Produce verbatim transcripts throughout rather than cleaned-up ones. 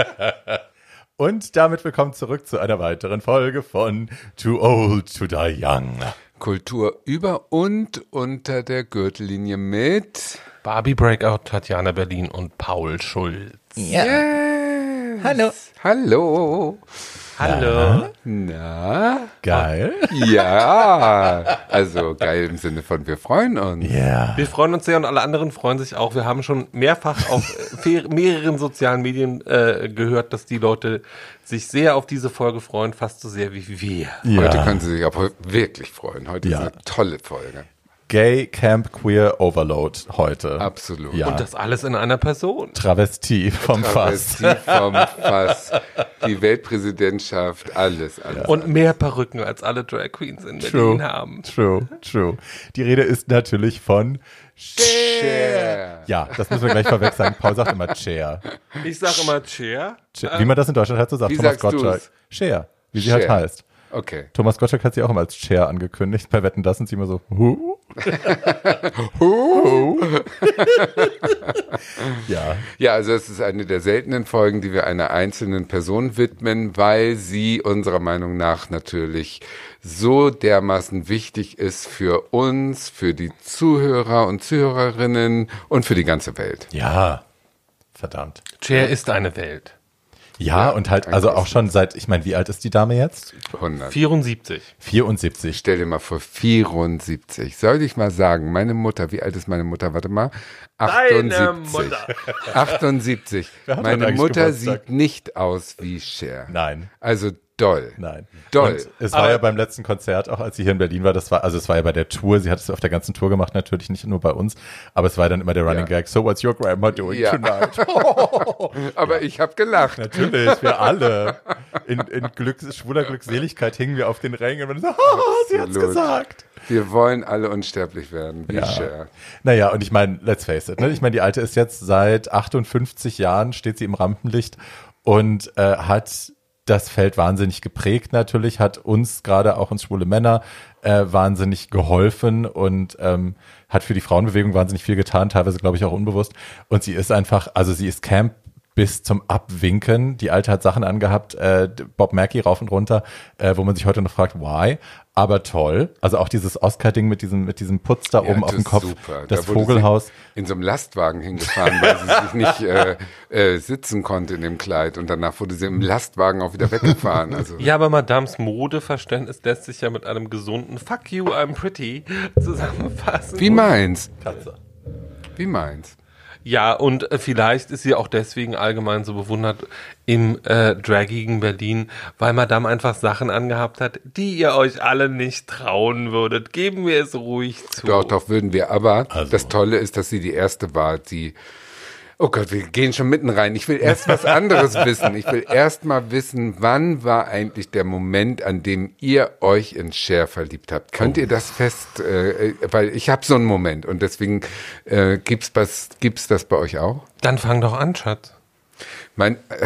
Und damit willkommen zurück zu einer weiteren Folge von Too Old to Die Young. Kultur über und unter der Gürtellinie mit Barbie Breakout, Tatjana Berlin und Paul Schulz. Ja. Yes. Hallo. Hallo. Hallo. Na? Geil. Ja. Also geil im Sinne von wir freuen uns. Ja. Yeah. Wir freuen uns sehr und alle anderen freuen sich auch. Wir haben schon mehrfach auf mehreren sozialen Medien äh, gehört, dass die Leute sich sehr auf diese Folge freuen, fast so sehr wie wir. Ja. Heute können sie sich auch wirklich freuen. Heute ja. ist eine tolle Folge. Gay Camp Queer Overload heute. Absolut. Ja. Und das alles in einer Person. Travestie vom Travestie Fass. vom Fass. Die Weltpräsidentschaft, alles. alles ja. Und alles. mehr Perücken als alle Drag Queens in Berlin true, haben. True, true. Die Rede ist natürlich von Cher. Ja, das müssen wir gleich vorweg sagen. Paul sagt immer Cher. Ich sage immer Cher. Cher. Wie man das in Deutschland halt so sagt. Wie Thomas sagst Gottschalk. du's? Cher, wie sie Cher. halt heißt. Okay. Thomas Gottschalk hat sie auch immer als Cher angekündigt. Bei Wetten, das sind sie immer so, huh? huh? Ja. Ja, also es ist eine der seltenen Folgen, die wir einer einzelnen Person widmen, weil sie unserer Meinung nach natürlich so dermaßen wichtig ist für uns, für die Zuhörer und Zuhörerinnen und für die ganze Welt. Ja, verdammt. Cher ist eine Welt. Ja, und halt, also auch schon seit, ich meine, wie alt ist die Dame jetzt? hundert. vierundsiebzig. vierundsiebzig. Stell dir mal vor, vierundsiebzig. Soll ich mal sagen, meine Mutter, wie alt ist meine Mutter? Warte mal. achtundsiebzig. Deine Mutter. achtundsiebzig. Meine Mutter sieht nicht aus wie Cher. Nein. Also doll. Nein. Doll. Und es war Aber ja beim letzten Konzert, auch als sie hier in Berlin war, das war, also es war ja bei der Tour, sie hat es auf der ganzen Tour gemacht, natürlich nicht nur bei uns, aber es war dann immer der Running Ja. Gag, so what's your grandma doing Ja. tonight? Aber ja. ich habe gelacht. Natürlich, wir alle. In, in Glücks, schwuler Glückseligkeit hingen wir auf den Rängen und so, oh, sie hat's Absolut. gesagt. Wir wollen alle unsterblich werden, wie Ja. Cher. Naja, und ich meine, let's face it, ne? Ich meine, die Alte ist jetzt seit achtundfünfzig Jahren, steht sie im Rampenlicht und äh, hat das Feld wahnsinnig geprägt natürlich, hat uns, gerade auch uns schwule Männer, äh, wahnsinnig geholfen und ähm, hat für die Frauenbewegung wahnsinnig viel getan, teilweise glaube ich auch unbewusst. Und sie ist einfach, also sie ist Camp bis zum Abwinken. Die Alte hat Sachen angehabt, äh, Bob Mackie rauf und runter, äh, wo man sich heute noch fragt, why? Aber toll. Also auch dieses Oscar-Ding mit diesem, mit diesem Putz da Ja, oben auf dem Kopf, super. das Da wurde Vogelhaus. sie in so einem Lastwagen hingefahren, weil sie sich nicht äh, äh, sitzen konnte in dem Kleid. Und danach wurde sie im Lastwagen auch wieder weggefahren. Also Ja, aber Madams Modeverständnis lässt sich ja mit einem gesunden Fuck you, I'm pretty zusammenfassen. wie meins? Katze. Wie meins? Ja, und äh, vielleicht ist sie auch deswegen allgemein so bewundert im äh, draggigen Berlin, weil Madame einfach Sachen angehabt hat, die ihr euch alle nicht trauen würdet. Geben wir es ruhig zu. Doch, doch würden wir. Aber Also. das Tolle ist, dass sie die erste war, die... Oh Gott, wir gehen schon mitten rein. Ich will erst was anderes wissen. Ich will erst mal wissen, wann war eigentlich der Moment, an dem ihr euch in Cher verliebt habt? Könnt ihr das fest, äh, weil ich habe so einen Moment und deswegen äh, gibt's was, gibt's das bei euch auch? Dann fang doch an, Schatz. Mein, äh,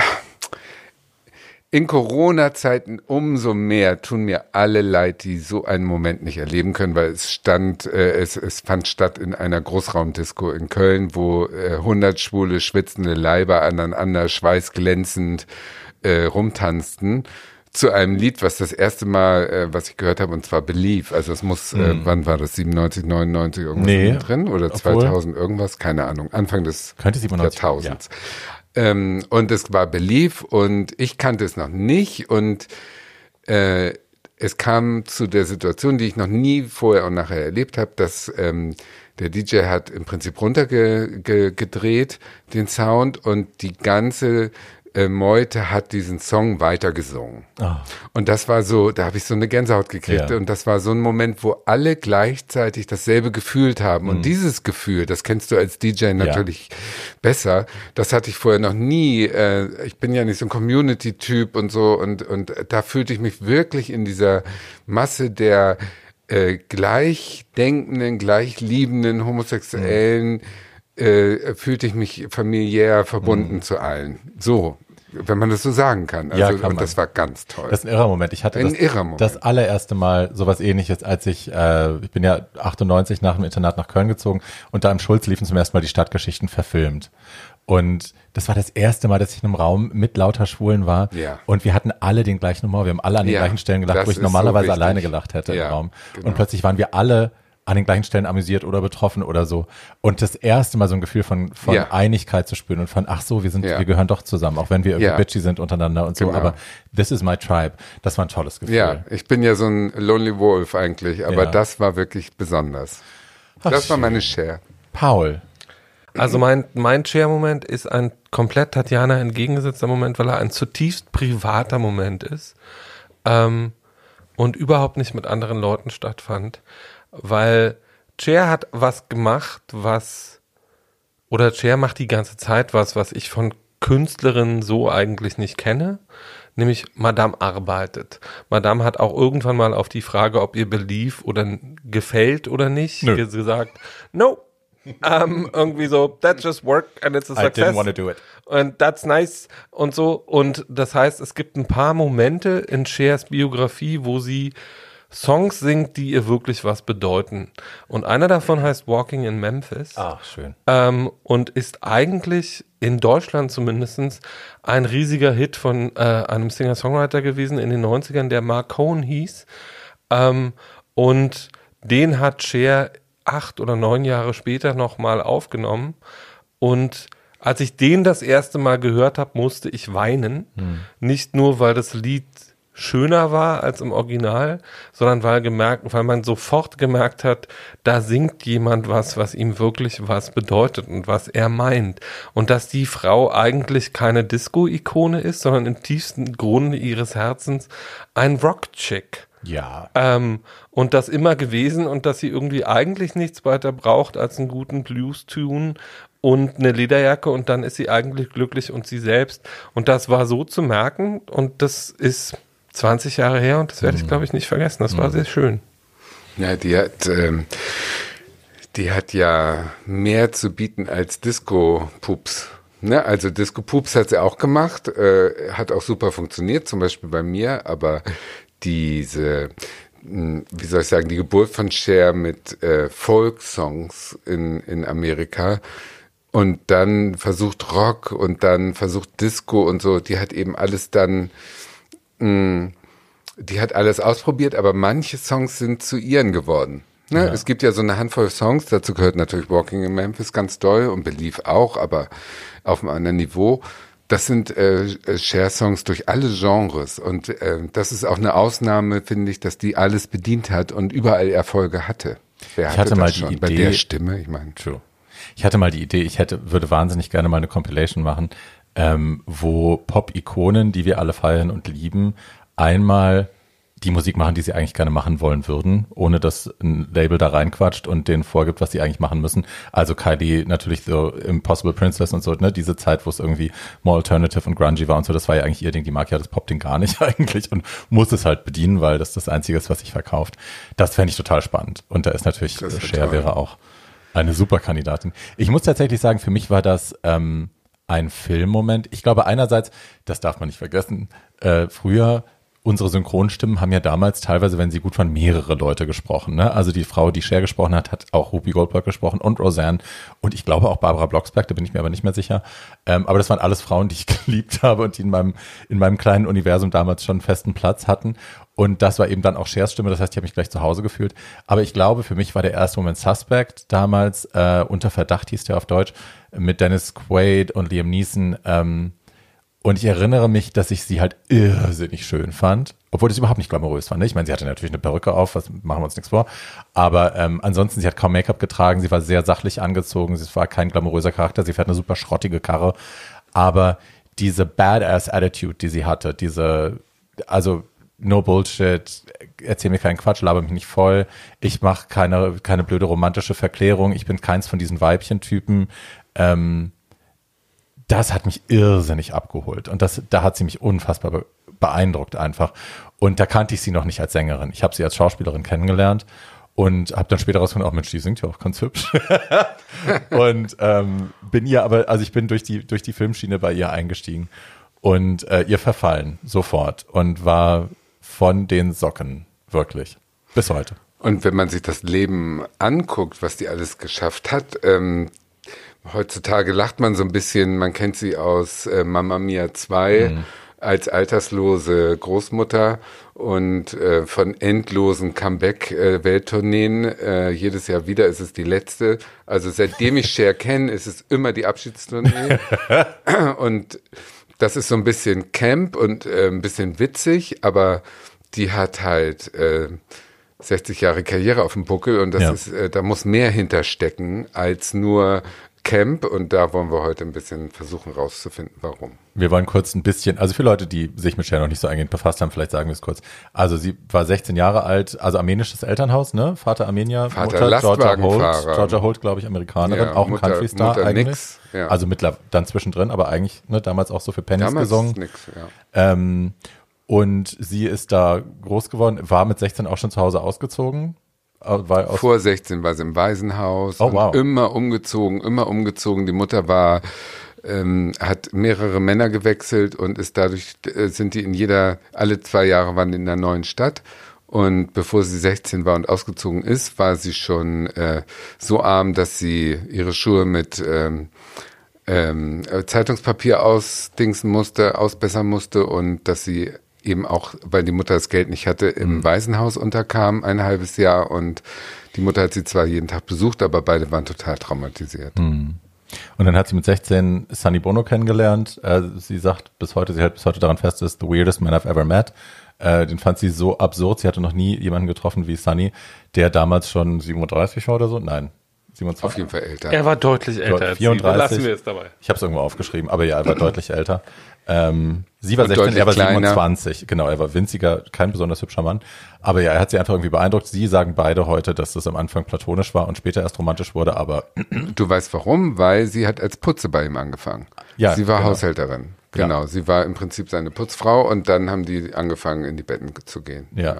in Corona-Zeiten umso mehr tun mir alle leid, die so einen Moment nicht erleben können, weil es stand, äh, es, es fand statt in einer Großraumdisco in Köln, wo äh, hundert schwule, schwitzende Leiber aneinander schweißglänzend äh, rumtanzten. Zu einem Lied, was das erste Mal, äh, was ich gehört habe, und zwar Believe. Also es muss, Mhm. äh, wann war das? siebenundneunzig, neunundneunzig irgendwas Nee, drin? Oder obwohl- zweitausend irgendwas? Keine Ahnung. Anfang des Könnte siebenundneunzig, Jahrtausends. Ähm, und es war Believe und ich kannte es noch nicht und äh, es kam zu der Situation, die ich noch nie vorher und nachher erlebt habe, dass ähm, der D J hat im Prinzip runtergedreht, den Sound, und die ganze äh, Meute hat diesen Song weitergesungen. Ah. Und das war so, da habe ich so eine Gänsehaut gekriegt. Ja. Und das war so ein Moment, wo alle gleichzeitig dasselbe gefühlt haben. Mhm. Und dieses Gefühl, das kennst du als D J natürlich ja. besser, das hatte ich vorher noch nie. Äh, ich bin ja nicht so ein Community-Typ und so. Und, und da fühlte ich mich wirklich in dieser Masse der äh, gleichdenkenden, gleichliebenden Homosexuellen, mhm. äh, fühlte ich mich familiär verbunden mhm. zu allen. So. Wenn man das so sagen kann. Also, ja, kann man. Und das war ganz toll. Das ist ein irrer Moment. Ich hatte ein das, irrer Moment. das allererste Mal sowas Ähnliches, als ich, äh, ich bin ja achtundneunzig nach dem Internat nach Köln gezogen und da im Schulz liefen zum ersten Mal die Stadtgeschichten verfilmt. Und das war das erste Mal, dass ich in einem Raum mit lauter Schwulen war. Ja. Und wir hatten alle den gleichen Humor. Wir haben alle an den Ja, gleichen Stellen gelacht, das wo ich ist normalerweise so wichtig. alleine gelacht hätte Ja, im Raum. genau. Und plötzlich waren wir alle an den gleichen Stellen amüsiert oder betroffen oder so. Und das erste Mal so ein Gefühl von, von Ja. Einigkeit zu spüren und von, ach so, wir sind, Ja. wir gehören doch zusammen, auch wenn wir irgendwie Ja. bitchy sind untereinander und so. Genau. Aber this is my tribe. Das war ein tolles Gefühl. Ja, ich bin ja so ein Lonely Wolf eigentlich, aber Ja. das war wirklich besonders. Ach, Das war schön. meine Share. Paul. Also mein, mein Share-Moment ist ein komplett Tatjana entgegengesetzter Moment, weil er ein zutiefst privater Moment ist ähm, und überhaupt nicht mit anderen Leuten stattfand, weil Cher hat was gemacht, was, oder Cher macht die ganze Zeit was, was ich von Künstlerinnen so eigentlich nicht kenne, nämlich Madame arbeitet. Madame hat auch irgendwann mal auf die Frage, ob ihr Belief oder gefällt oder nicht, Nö. gesagt, no. um, irgendwie so, that's just work and it's a I didn't success. want to do it. Und that's nice und so. Und das heißt, es gibt ein paar Momente in Chers Biografie, wo sie Songs singt, die ihr wirklich was bedeuten. Und einer davon heißt Walking in Memphis. Ach, schön. Ähm, und ist eigentlich in Deutschland zumindest ein riesiger Hit von äh, einem Singer-Songwriter gewesen in den neunzigern, der Mark Cohn hieß. Ähm, und den hat Cher acht oder neun Jahre später nochmal aufgenommen. Und als ich den das erste Mal gehört habe, musste ich weinen. Hm. Nicht nur, weil das Lied schöner war als im Original, sondern weil gemerkt, weil man sofort gemerkt hat, da singt jemand was, was ihm wirklich was bedeutet und was er meint. Und dass die Frau eigentlich keine Disco-Ikone ist, sondern im tiefsten Grunde ihres Herzens ein Rock-Chick. Ja. Ähm, und das immer gewesen und dass sie irgendwie eigentlich nichts weiter braucht als einen guten Blues-Tune und eine Lederjacke und dann ist sie eigentlich glücklich und sie selbst. Und das war so zu merken und das ist zwanzig Jahre her und das werde ich, glaube ich, nicht vergessen. Das war sehr schön. Ja, die hat, ähm, die hat ja mehr zu bieten als Disco-Pups. Ne? Also Disco-Pups hat sie auch gemacht, äh, hat auch super funktioniert, zum Beispiel bei mir, aber diese, wie soll ich sagen, die Geburt von Cher mit äh, Folk-Songs in, in Amerika und dann versucht Rock und dann versucht Disco und so, die hat eben alles dann, mh, die hat alles ausprobiert, aber manche Songs sind zu ihren geworden. Ne? Ja. Es gibt ja so eine Handvoll Songs, dazu gehört natürlich Walking in Memphis ganz doll und Believe auch, aber auf einem anderen Niveau. Das sind äh, Cher-Songs durch alle Genres und äh, das ist auch eine Ausnahme, finde ich, dass die alles bedient hat und überall Erfolge hatte. Wer ich hatte, hatte mal die schon? Idee, bei der Stimme, ich meine. True. Ich hatte mal die Idee, ich hätte, würde wahnsinnig gerne mal eine Compilation machen, ähm, wo Pop-Ikonen, die wir alle feiern und lieben, einmal die Musik machen, die sie eigentlich gerne machen wollen würden, ohne dass ein Label da reinquatscht und denen vorgibt, was sie eigentlich machen müssen. Also Kylie natürlich so Impossible Princess und so, ne, diese Zeit, wo es irgendwie more alternative und grungy war und so, das war ja eigentlich ihr Ding, die mag ja das Pop-Ding gar nicht eigentlich und muss es halt bedienen, weil das das Einzige ist, was sich verkauft. Das fände ich total spannend. Und da ist natürlich, Cher wäre auch eine super Kandidatin. Ich muss tatsächlich sagen, für mich war das ähm, ein Filmmoment. Ich glaube einerseits, das darf man nicht vergessen, äh, früher unsere Synchronstimmen haben ja damals teilweise, wenn sie gut waren, mehrere Leute gesprochen. Ne? Also die Frau, die Cher gesprochen hat, hat auch Whoopi Goldberg gesprochen und Roseanne und ich glaube auch Barbara Blocksberg, da bin ich mir aber nicht mehr sicher. Ähm, aber das waren alles Frauen, die ich geliebt habe und die in meinem, in meinem kleinen Universum damals schon einen festen Platz hatten. Und das war eben dann auch Chers Stimme, das heißt, ich habe mich gleich zu Hause gefühlt. Aber ich glaube, für mich war der erste Moment Suspect damals, äh, Unter Verdacht hieß der auf Deutsch, mit Dennis Quaid und Liam Neeson. Ähm, und ich erinnere mich, dass ich sie halt irrsinnig schön fand, obwohl das überhaupt nicht glamourös war. Ne? Ich meine, sie hatte natürlich eine Perücke auf, was machen wir uns nichts vor. Aber ähm, ansonsten, sie hat kaum Make-up getragen, sie war sehr sachlich angezogen, es war kein glamouröser Charakter, sie fährt eine super schrottige Karre. Aber diese Badass-Attitude, die sie hatte, diese, also no Bullshit, erzähl mir keinen Quatsch, laber mich nicht voll, ich mache keine, keine blöde romantische Verklärung, ich bin keins von diesen Weibchen-Typen, ähm, das hat mich irrsinnig abgeholt und das, da hat sie mich unfassbar be- beeindruckt einfach und da kannte ich sie noch nicht als Sängerin. Ich habe sie als Schauspielerin kennengelernt und habe dann später rausgefunden, oh Mensch, die singt ja auch ganz hübsch und ähm, bin ihr aber, also ich bin durch die, durch die Filmschiene bei ihr eingestiegen und äh, ihr verfallen sofort und war von den Socken, wirklich, bis heute. Und wenn man sich das Leben anguckt, was die alles geschafft hat, ähm, Heutzutage lacht man so ein bisschen, man kennt sie aus äh, Mamma Mia zwei mhm. als alterslose Großmutter und äh, von endlosen Comeback-Welttourneen. Äh, jedes Jahr wieder ist es die letzte. Also seitdem ich Cher kenne, ist es immer die Abschiedstournee. Und das ist so ein bisschen Camp und äh, ein bisschen witzig, aber die hat halt äh, sechzig Jahre Karriere auf dem Buckel und das ja. ist, äh, da muss mehr hinterstecken als nur Camp und da wollen wir heute ein bisschen versuchen rauszufinden, warum. Wir wollen kurz ein bisschen, also für Leute, die sich mit Cher noch nicht so eingehend befasst haben, vielleicht sagen wir es kurz. Also sie war sechzehn Jahre alt, also armenisches Elternhaus, ne? Vater Armenier, Vater Mutter Georgia Holt, Lastwagenfahrer. Georgia Holt, glaube ich, Amerikanerin, Ja, auch ein Mutter- Country-Star Mutter eigentlich. nix, ja. Also mittlerweile dann zwischendrin, aber eigentlich ne, damals auch so für Pennies Damals gesungen. ist nix, ja. Ähm, und sie ist da groß geworden, war mit sechzehn auch schon zu Hause ausgezogen. War aus Vor sechzehn war sie im Waisenhaus Oh, und wow. immer umgezogen, immer umgezogen. Die Mutter war, ähm, hat mehrere Männer gewechselt und ist dadurch, äh, sind die in jeder, alle zwei Jahre waren die in einer neuen Stadt. Und bevor sie sechzehn war und ausgezogen ist, war sie schon äh, so arm, dass sie ihre Schuhe mit ähm, ähm, Zeitungspapier ausdingsen musste, ausbessern musste und dass sie eben auch, weil die Mutter das Geld nicht hatte, im mhm. Waisenhaus unterkam, ein halbes Jahr und die Mutter hat sie zwar jeden Tag besucht, aber beide waren total traumatisiert. Mhm. Und dann hat sie mit sechzehn Sonny Bono kennengelernt. Äh, sie sagt bis heute, sie hält bis heute daran fest, das ist the weirdest man I've ever met. Äh, den fand sie so absurd, sie hatte noch nie jemanden getroffen wie Sonny, der damals schon siebenunddreißig war oder so. Nein, siebenundzwanzig. Auf jeden Fall älter. Er war deutlich älter als vierunddreißig. Sie. Lassen wir es dabei. Ich habe es irgendwo aufgeschrieben, aber ja, er war deutlich älter. Ähm, sie war Und sechzehn, er war kleiner. siebenundzwanzig. Genau, er war winziger, kein besonders hübscher Mann. Aber ja, er hat sie einfach irgendwie beeindruckt. Sie sagen beide heute, dass das am Anfang platonisch war und später erst romantisch wurde, aber Du weißt warum? Weil sie hat als Putze bei ihm angefangen. Ja, sie war genau. Haushälterin. Genau, Ja. sie war im Prinzip seine Putzfrau und dann haben die angefangen, in die Betten zu gehen. ja.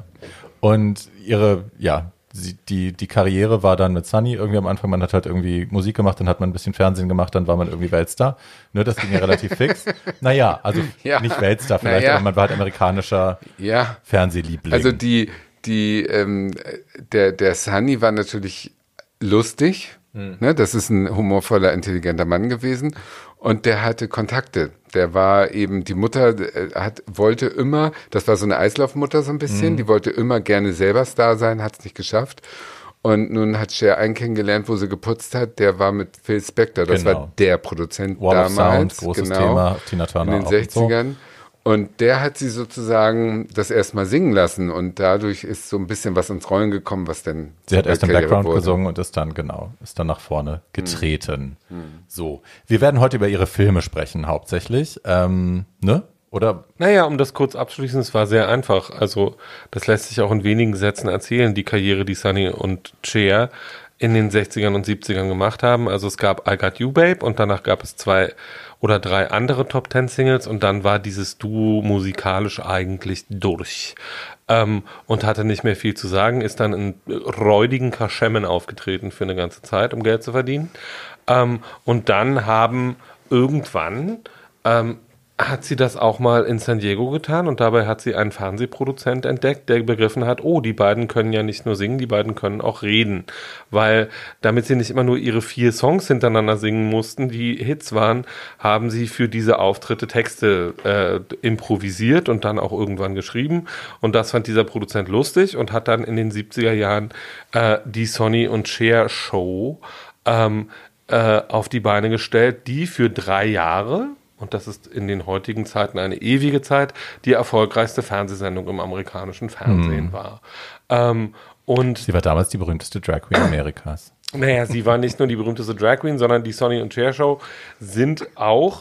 Und ihre, ja, sie, die, die Karriere war dann mit Sonny irgendwie am Anfang, man hat halt irgendwie Musik gemacht, dann hat man ein bisschen Fernsehen gemacht, dann war man irgendwie Weltstar. Ne, das ging ja relativ fix. Naja, also Ja. nicht Weltstar vielleicht, Naja. aber man war halt amerikanischer Ja. Fernsehliebling. Also die, die, ähm, der, der Sunny war natürlich lustig. Hm. Ne? Das ist ein humorvoller, intelligenter Mann gewesen. Und der hatte Kontakte. Der war eben, die Mutter äh, hat, wollte immer, das war so eine Eislaufmutter so ein bisschen, Mhm. die wollte immer gerne selber Star sein, hat es nicht geschafft. Und nun hat Cher einen kennengelernt, wo sie geputzt hat, der war mit Phil Spector, das Genau. war der Produzent Wall of damals. Sound, großes genau, Thema, Tina Turner in den auch und so. sechzigern. Und der hat sie sozusagen das erstmal singen lassen und dadurch ist so ein bisschen was ins Rollen gekommen, was denn Sie hat erst im Karriere Background wurde. gesungen und ist dann, genau, ist dann nach vorne getreten. So. Wir werden heute über ihre Filme sprechen, hauptsächlich. Ähm, ne? Oder? Naja, um das kurz abzuschließen, es war sehr einfach. Also, das lässt sich auch in wenigen Sätzen erzählen, die Karriere, die Sonny und Cher in den sechzigern und siebzigern gemacht haben. Also es gab I Got You Babe und danach gab es zwei oder drei andere Top Ten Singles und dann war dieses Duo musikalisch eigentlich durch. Ähm, und hatte nicht mehr viel zu sagen, ist dann in räudigen Kaschemmen aufgetreten für eine ganze Zeit, um Geld zu verdienen. Ähm, und dann haben irgendwann ähm, hat sie das auch mal in San Diego getan und dabei hat sie einen Fernsehproduzent entdeckt, der begriffen hat, oh, die beiden können ja nicht nur singen, die beiden können auch reden. Weil damit sie nicht immer nur ihre vier Songs hintereinander singen mussten, die Hits waren, haben sie für diese Auftritte Texte äh, improvisiert und dann auch irgendwann geschrieben. Und das fand dieser Produzent lustig und hat dann in den siebziger Jahren äh, die Sonny und Cher Show ähm, äh, auf die Beine gestellt, die für drei Jahre, und das ist in den heutigen Zeiten eine ewige Zeit, die erfolgreichste Fernsehsendung im amerikanischen Fernsehen Hm. war. Ähm, und Sie war damals die berühmteste Drag Queen Amerikas. naja, sie war nicht nur die berühmteste Drag Queen, sondern die Sonny und Cher Show sind auch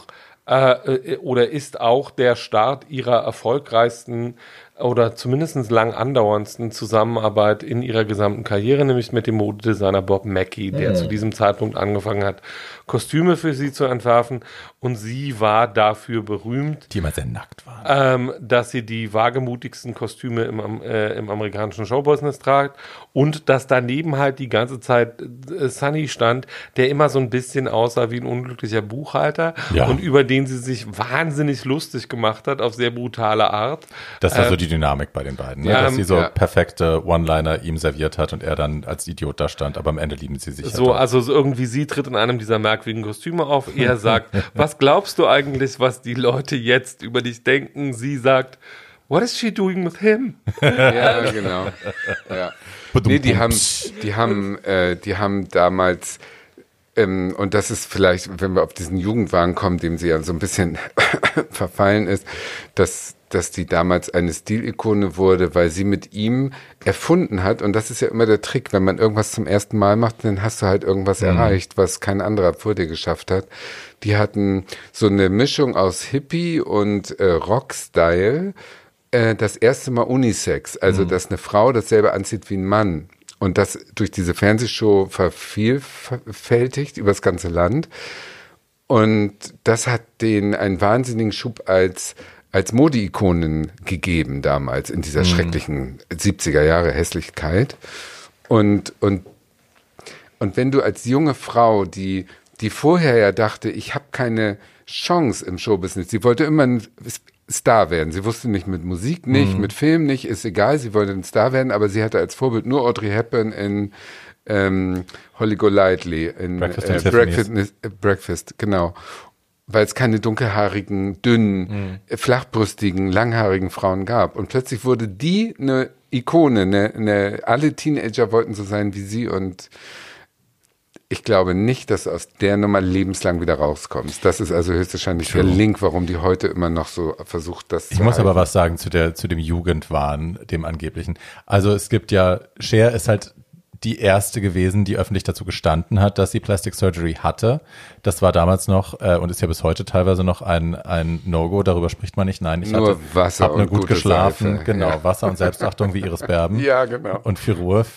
äh, oder ist auch der Start ihrer erfolgreichsten oder zumindest lang andauerndsten Zusammenarbeit in ihrer gesamten Karriere, nämlich mit dem Modedesigner Bob Mackie, der Mhm. zu diesem Zeitpunkt angefangen hat, Kostüme für sie zu entwerfen. Und sie war dafür berühmt, Die immer sehr nackt waren. ähm, dass sie die wagemutigsten Kostüme im, am- äh, im amerikanischen Showbusiness tragt und dass daneben halt die ganze Zeit äh, Sonny stand, der immer so ein bisschen aussah wie ein unglücklicher Buchhalter Ja. und über den sie sich wahnsinnig lustig gemacht hat auf sehr brutale Art. Das war so Äh, die die Dynamik bei den beiden, ne? Ja, dass sie so ja. perfekte One-Liner ihm serviert hat und er dann als Idiot da stand, aber am Ende lieben sie sich. So, halt also so irgendwie sie tritt in einem dieser merkwürdigen Kostüme auf. Er sagt, was glaubst du eigentlich, was die Leute jetzt über dich denken? Sie sagt, what is she doing with him? Ja, genau. Ja. Nee, die haben, die haben, äh, die haben damals, ähm, und das ist vielleicht, wenn wir auf diesen Jugendwahn kommen, dem sie ja so ein bisschen verfallen ist, dass, dass die damals eine Stilikone wurde, weil sie mit ihm erfunden hat. Und das ist ja immer der Trick, wenn man irgendwas zum ersten Mal macht, dann hast du halt irgendwas mhm. erreicht, was kein anderer vor dir geschafft hat. Die hatten so eine Mischung aus Hippie und äh, Rock-Style. Das erste Mal Unisex, also mhm. dass eine Frau dasselbe anzieht wie ein Mann und das durch diese Fernsehshow vervielfältigt über das ganze Land. Und das hat denen einen wahnsinnigen Schub als, als Mode-Ikonen gegeben damals in dieser mhm. schrecklichen siebziger Jahre Hässlichkeit. Und, und, und wenn du als junge Frau, die, die vorher ja dachte, ich habe keine Chance im Showbusiness, sie wollte immer ein Star werden. Sie wusste nicht mit Musik nicht, mhm. mit Film nicht, ist egal, sie wollte ein Star werden, aber sie hatte als Vorbild nur Audrey Hepburn in ähm, Holly Golightly, in Breakfast, äh, Breakfast, äh, Breakfast, genau. Weil es keine dunkelhaarigen, dünnen, mhm. flachbrüstigen, langhaarigen Frauen gab. Und plötzlich wurde die eine Ikone, eine, eine, alle Teenager wollten so sein wie sie und ich glaube nicht, dass du aus der Nummer lebenslang wieder rauskommst. Das ist also höchstwahrscheinlich True. Der Link, warum die heute immer noch so versucht, das ich zu muss halten. aber was sagen zu der zu dem Jugendwahn, dem angeblichen. Also es gibt ja, Cher ist halt die erste gewesen, die öffentlich dazu gestanden hat, dass sie Plastic Surgery hatte. Das war damals noch äh, und ist ja bis heute teilweise noch ein ein No-Go. Darüber spricht man nicht. Nein, ich Nur hatte, Wasser hab nur und gut gute geschlafen. Seife. Genau, Ja. Wasser und Selbstachtung wie Iris Berben. Ja, genau. Und für Ruhe.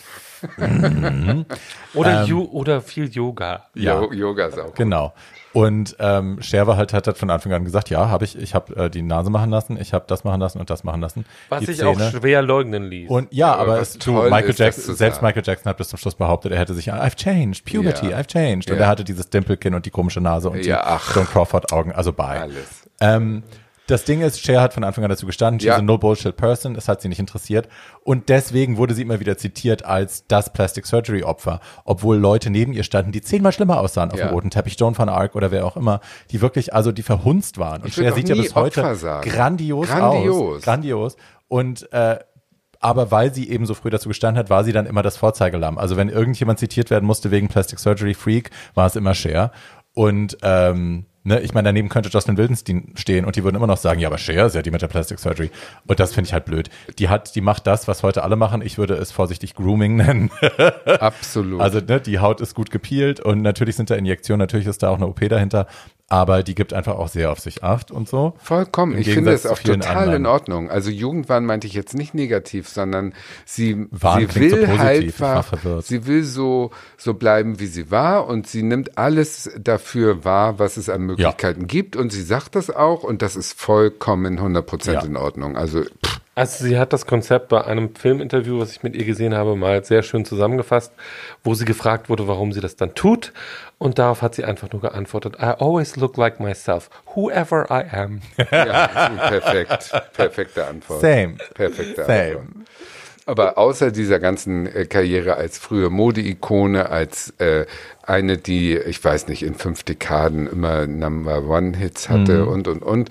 Oder, Ähm, Ju- oder viel Yoga. Ja, Jo- Yoga ist auch. genau. Und ähm, Cher war halt, hat halt von Anfang an gesagt, ja, habe ich, ich habe äh, die Nase machen lassen, ich habe das machen lassen und das machen lassen. Was die sich Zähne. auch schwer leugnen ließ. Und ja, Aber aber was es, du, toll Michael ist, das Jackson, zu selbst sagen. Michael Jackson hat bis zum Schluss behauptet, er hätte sich, I've changed, Puberty, Ja. I've changed. Und Ja. er hatte dieses Dimpelkinn und die komische Nase und Ja, die ach. Joan Crawford Augen, also bye. Alles. Ähm, das Ding ist, Cher hat von Anfang an dazu gestanden, she's Ja. a no-bullshit-person, das hat sie nicht interessiert. Und deswegen wurde sie immer wieder zitiert als das Plastic-Surgery-Opfer, obwohl Leute neben ihr standen, die zehnmal schlimmer aussahen auf Ja. dem roten Teppich, Joan van Ark oder wer auch immer, die wirklich, also die verhunzt waren. Und Ich würd Cher auch sieht ja nie bis heute Opfer sagen. grandios, Grandios. aus. Grandios. Und äh, aber weil sie eben so früh dazu gestanden hat, war sie dann immer das Vorzeigelamm. Also wenn irgendjemand zitiert werden musste wegen Plastic Surgery Freak, war es immer Cher. Und ähm, ne, ich meine, daneben könnte Jocelyn Wildenstein stehen und die würden immer noch sagen, ja, aber Cher ist ja die mit der Plastic Surgery. Und das finde ich halt blöd. Die hat, die macht das, was heute alle machen. Ich würde es vorsichtig Grooming nennen. Absolut. Also ne, die Haut ist gut gepeelt und natürlich sind da Injektionen, natürlich ist da auch eine O P dahinter. Aber die gibt einfach auch sehr auf sich Acht und so. Vollkommen. Im Ich finde Gegensatz es auch zu vielen total anderen. in Ordnung. Also Jugendwahn meinte ich jetzt nicht negativ, sondern sie, Wahn sie klingt so will positiv, halt, ich war verwirrt. sie will so, so bleiben, wie sie war und sie nimmt alles dafür wahr, was es an Möglichkeiten gibt und sie sagt das auch und das ist vollkommen hundert Prozent Ja. in Ordnung. Also, pff, Also sie hat das Konzept bei einem Filminterview, was ich mit ihr gesehen habe, mal sehr schön zusammengefasst, wo sie gefragt wurde, warum sie das dann tut. Und darauf hat sie einfach nur geantwortet, I always look like myself, whoever I am. ja, perfekt. Perfekte Antwort. Same. Perfekte Same. Antwort. Aber außer dieser ganzen äh, Karriere als frühe Mode-Ikone, als äh, eine, die, ich weiß nicht, in fünf Dekaden immer Number-One-Hits hatte Mhm. und, und, und,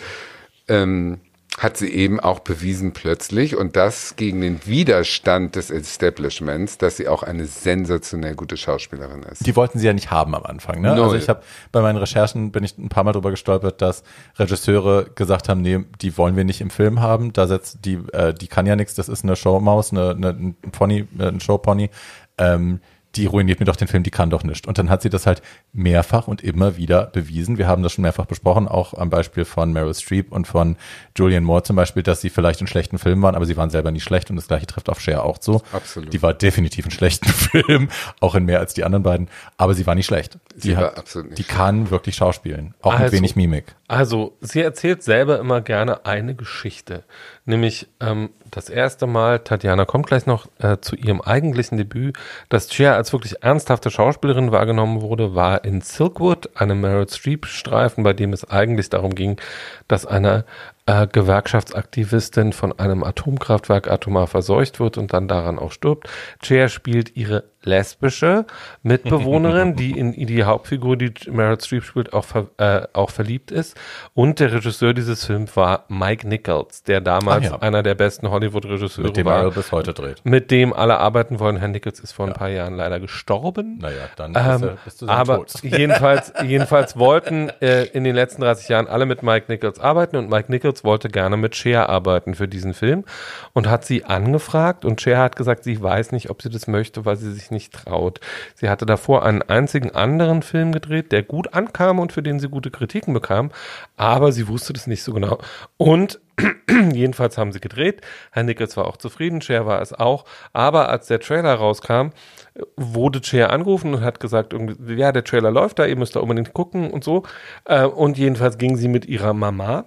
ähm, hat sie eben auch bewiesen plötzlich und das gegen den Widerstand des Establishments, dass sie auch eine sensationell gute Schauspielerin ist. Die wollten sie ja nicht haben am Anfang. Ne? Null. Also ich habe bei meinen Recherchen bin ich ein paar Mal drüber gestolpert, dass Regisseure gesagt haben, nee, die wollen wir nicht im Film haben. Da setzt die, äh, die kann ja nichts. Das ist eine Showmaus, eine, eine ein Pony, ein Showpony. Ähm, die ruiniert mir doch den Film, die kann doch nicht. Und dann hat sie das halt mehrfach und immer wieder bewiesen. Wir haben das schon mehrfach besprochen, auch am Beispiel von Meryl Streep und von Julianne Moore zum Beispiel, dass sie vielleicht in schlechten Filmen waren, aber sie waren selber nicht schlecht und das gleiche trifft auf Cher auch zu. Absolut. Die war definitiv in schlechten Filmen, auch in mehr als die anderen beiden, aber sie war nicht schlecht. Sie die war hat, absolut nicht die schlecht. kann wirklich schauspielen, auch mit Also- wenig Mimik. Also, sie erzählt selber immer gerne eine Geschichte. Nämlich ähm, das erste Mal, Tatjana kommt gleich noch äh, zu ihrem eigentlichen Debüt, dass Cher als als wirklich ernsthafte Schauspielerin wahrgenommen wurde, war in Silkwood, einem Meryl Streep-Streifen, bei dem es eigentlich darum ging, dass eine äh, Gewerkschaftsaktivistin von einem Atomkraftwerk atomar verseucht wird und dann daran auch stirbt. Cher spielt ihre lesbische Mitbewohnerin, die in die Hauptfigur, die Meryl Streep spielt, auch, ver, äh, auch verliebt ist. Und der Regisseur dieses Films war Mike Nichols, der damals ja. einer der besten Hollywood-Regisseure war. Mit dem Meryl bis heute dreht. Mit dem alle arbeiten wollen. Herr Nichols ist vor ein ja. paar Jahren leider gestorben. Naja, dann ähm, bist du, bist du aber tot. jedenfalls, jedenfalls wollten äh, in den letzten dreißig Jahren alle mit Mike Nichols arbeiten und Mike Nichols wollte gerne mit Cher arbeiten für diesen Film und hat sie angefragt und Cher hat gesagt, sie weiß nicht, ob sie das möchte, weil sie sich nicht traut. Sie hatte davor einen einzigen anderen Film gedreht, der gut ankam und für den sie gute Kritiken bekam, aber sie wusste das nicht so genau. Und jedenfalls haben sie gedreht. Herr Nichols war auch zufrieden, Cher war es auch. Aber als der Trailer rauskam, wurde Cher angerufen und hat gesagt, ja, der Trailer läuft da, ihr müsst da unbedingt gucken und so. Und jedenfalls ging sie mit ihrer Mama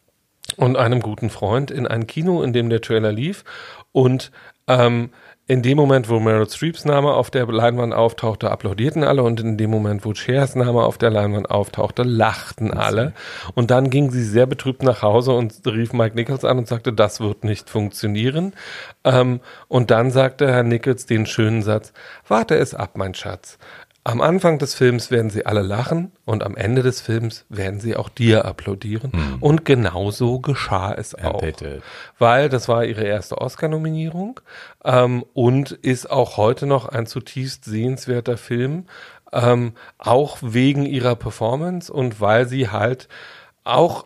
und einem guten Freund in ein Kino, in dem der Trailer lief. Und ähm, in dem Moment, wo Meryl Streeps Name auf der Leinwand auftauchte, applaudierten alle und in dem Moment, wo Chers Name auf der Leinwand auftauchte, lachten alle. Und dann ging sie sehr betrübt nach Hause und rief Mike Nichols an und sagte, das wird nicht funktionieren. Ähm, und dann sagte Herr Nichols den schönen Satz, warte es ab, mein Schatz. Am Anfang des Films werden sie alle lachen und am Ende des Films werden sie auch dir applaudieren. Mhm. Und genauso geschah es auch. Weil das war ihre erste Oscar-Nominierung ähm, und ist auch heute noch ein zutiefst sehenswerter Film, ähm, auch wegen ihrer Performance und weil sie halt auch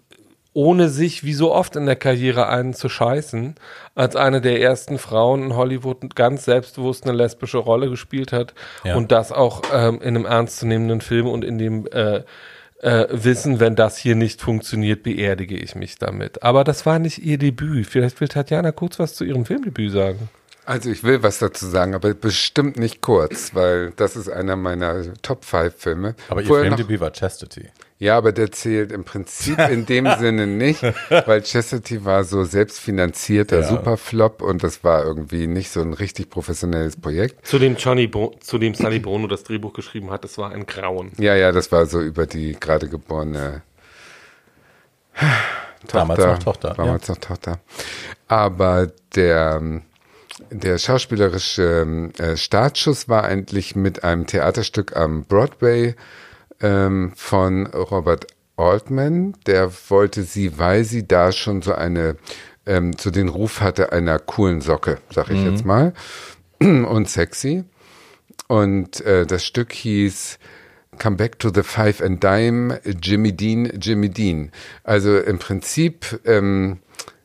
ohne sich, wie so oft in der Karriere, einen zu scheißen, als eine der ersten Frauen in Hollywood ganz selbstbewusst eine lesbische Rolle gespielt hat ja. und das auch ähm, in einem ernstzunehmenden Film und in dem äh, äh, Wissen, wenn das hier nicht funktioniert, beerdige ich mich damit. Aber das war nicht ihr Debüt. Vielleicht will Tatjana kurz was zu ihrem Filmdebüt sagen. Also ich will was dazu sagen, aber bestimmt nicht kurz, weil das ist einer meiner Top fünf Filme. Aber ihr Vorher Filmdebüt noch, war Chastity. Ja, aber der zählt im Prinzip in dem Sinne nicht, weil Chastity war so selbstfinanzierter ja. Superflop und das war irgendwie nicht so ein richtig professionelles Projekt. Zu dem Johnny Bo- zu dem Sally Bono das Drehbuch geschrieben hat, das war ein Grauen. Ja, ja, das war so über die gerade geborene Tochter. Damals noch Tochter. Damals ja. noch Tochter. Aber der Der schauspielerische äh, Startschuss war eigentlich mit einem Theaterstück am Broadway ähm, von Robert Altman. Der wollte sie, weil sie da schon so eine, ähm, so den Ruf hatte einer coolen Socke, sag ich mhm. jetzt mal, und sexy. Und äh, das Stück hieß Come Back to the Five and Dime, Jimmy Dean, Jimmy Dean. Also im Prinzip ähm,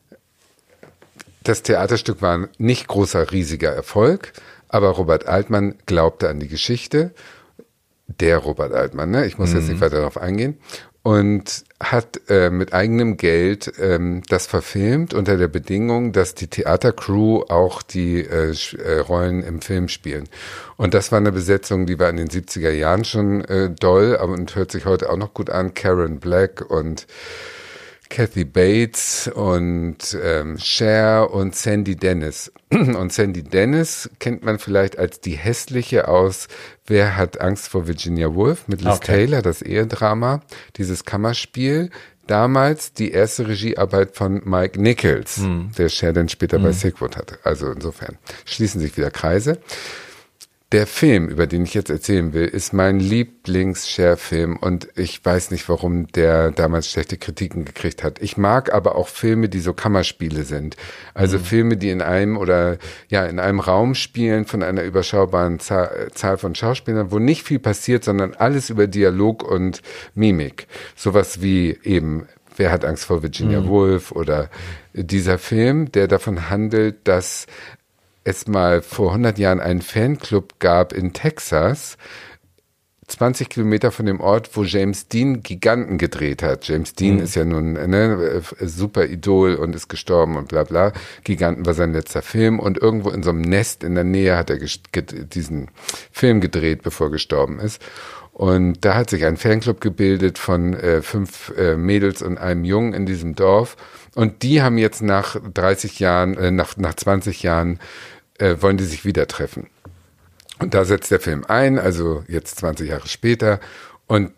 das Theaterstück war ein nicht großer, riesiger Erfolg, aber Robert Altman glaubte an die Geschichte, der Robert Altman, ne? Ich muss mhm. jetzt nicht weiter darauf eingehen, und hat äh, mit eigenem Geld ähm, das verfilmt unter der Bedingung, dass die Theatercrew auch die äh, äh, Rollen im Film spielen. Und das war eine Besetzung, die war in den siebziger Jahren schon äh, doll, aber und hört sich heute auch noch gut an. Karen Black und Kathy Bates und ähm, Cher und Sandy Dennis. Und Sandy Dennis kennt man vielleicht als die hässliche aus Wer hat Angst vor Virginia Woolf mit Liz okay. Taylor, das Ehedrama, dieses Kammerspiel. Damals die erste Regiearbeit von Mike Nichols, mhm. der Cher dann später mhm. bei Silkwood hatte. Also insofern schließen sich wieder Kreise. Der Film, über den ich jetzt erzählen will, ist mein Lieblings-Cher-Film und ich weiß nicht, warum der damals schlechte Kritiken gekriegt hat. Ich mag aber auch Filme, die so Kammerspiele sind. Also mhm. Filme, die in einem oder ja in einem Raum spielen von einer überschaubaren Zahl, Zahl von Schauspielern, wo nicht viel passiert, sondern alles über Dialog und Mimik. Sowas wie eben Wer hat Angst vor Virginia mhm. Woolf oder dieser Film, der davon handelt, dass es mal vor hundert Jahren einen Fanclub gab in Texas, zwanzig Kilometer von dem Ort, wo James Dean Giganten gedreht hat. James Dean mhm. ist ja nun ne, super Idol und ist gestorben und bla bla. Giganten war sein letzter Film und irgendwo in so einem Nest in der Nähe hat er gest- diesen Film gedreht, bevor er gestorben ist. Und da hat sich ein Fanclub gebildet von äh, fünf äh, Mädels und einem Jungen in diesem Dorf. Und die haben jetzt nach dreißig Jahren, äh, nach, nach zwanzig Jahren, Äh, wollen die sich wieder treffen. Und da setzt der Film ein, also jetzt zwanzig Jahre später. Und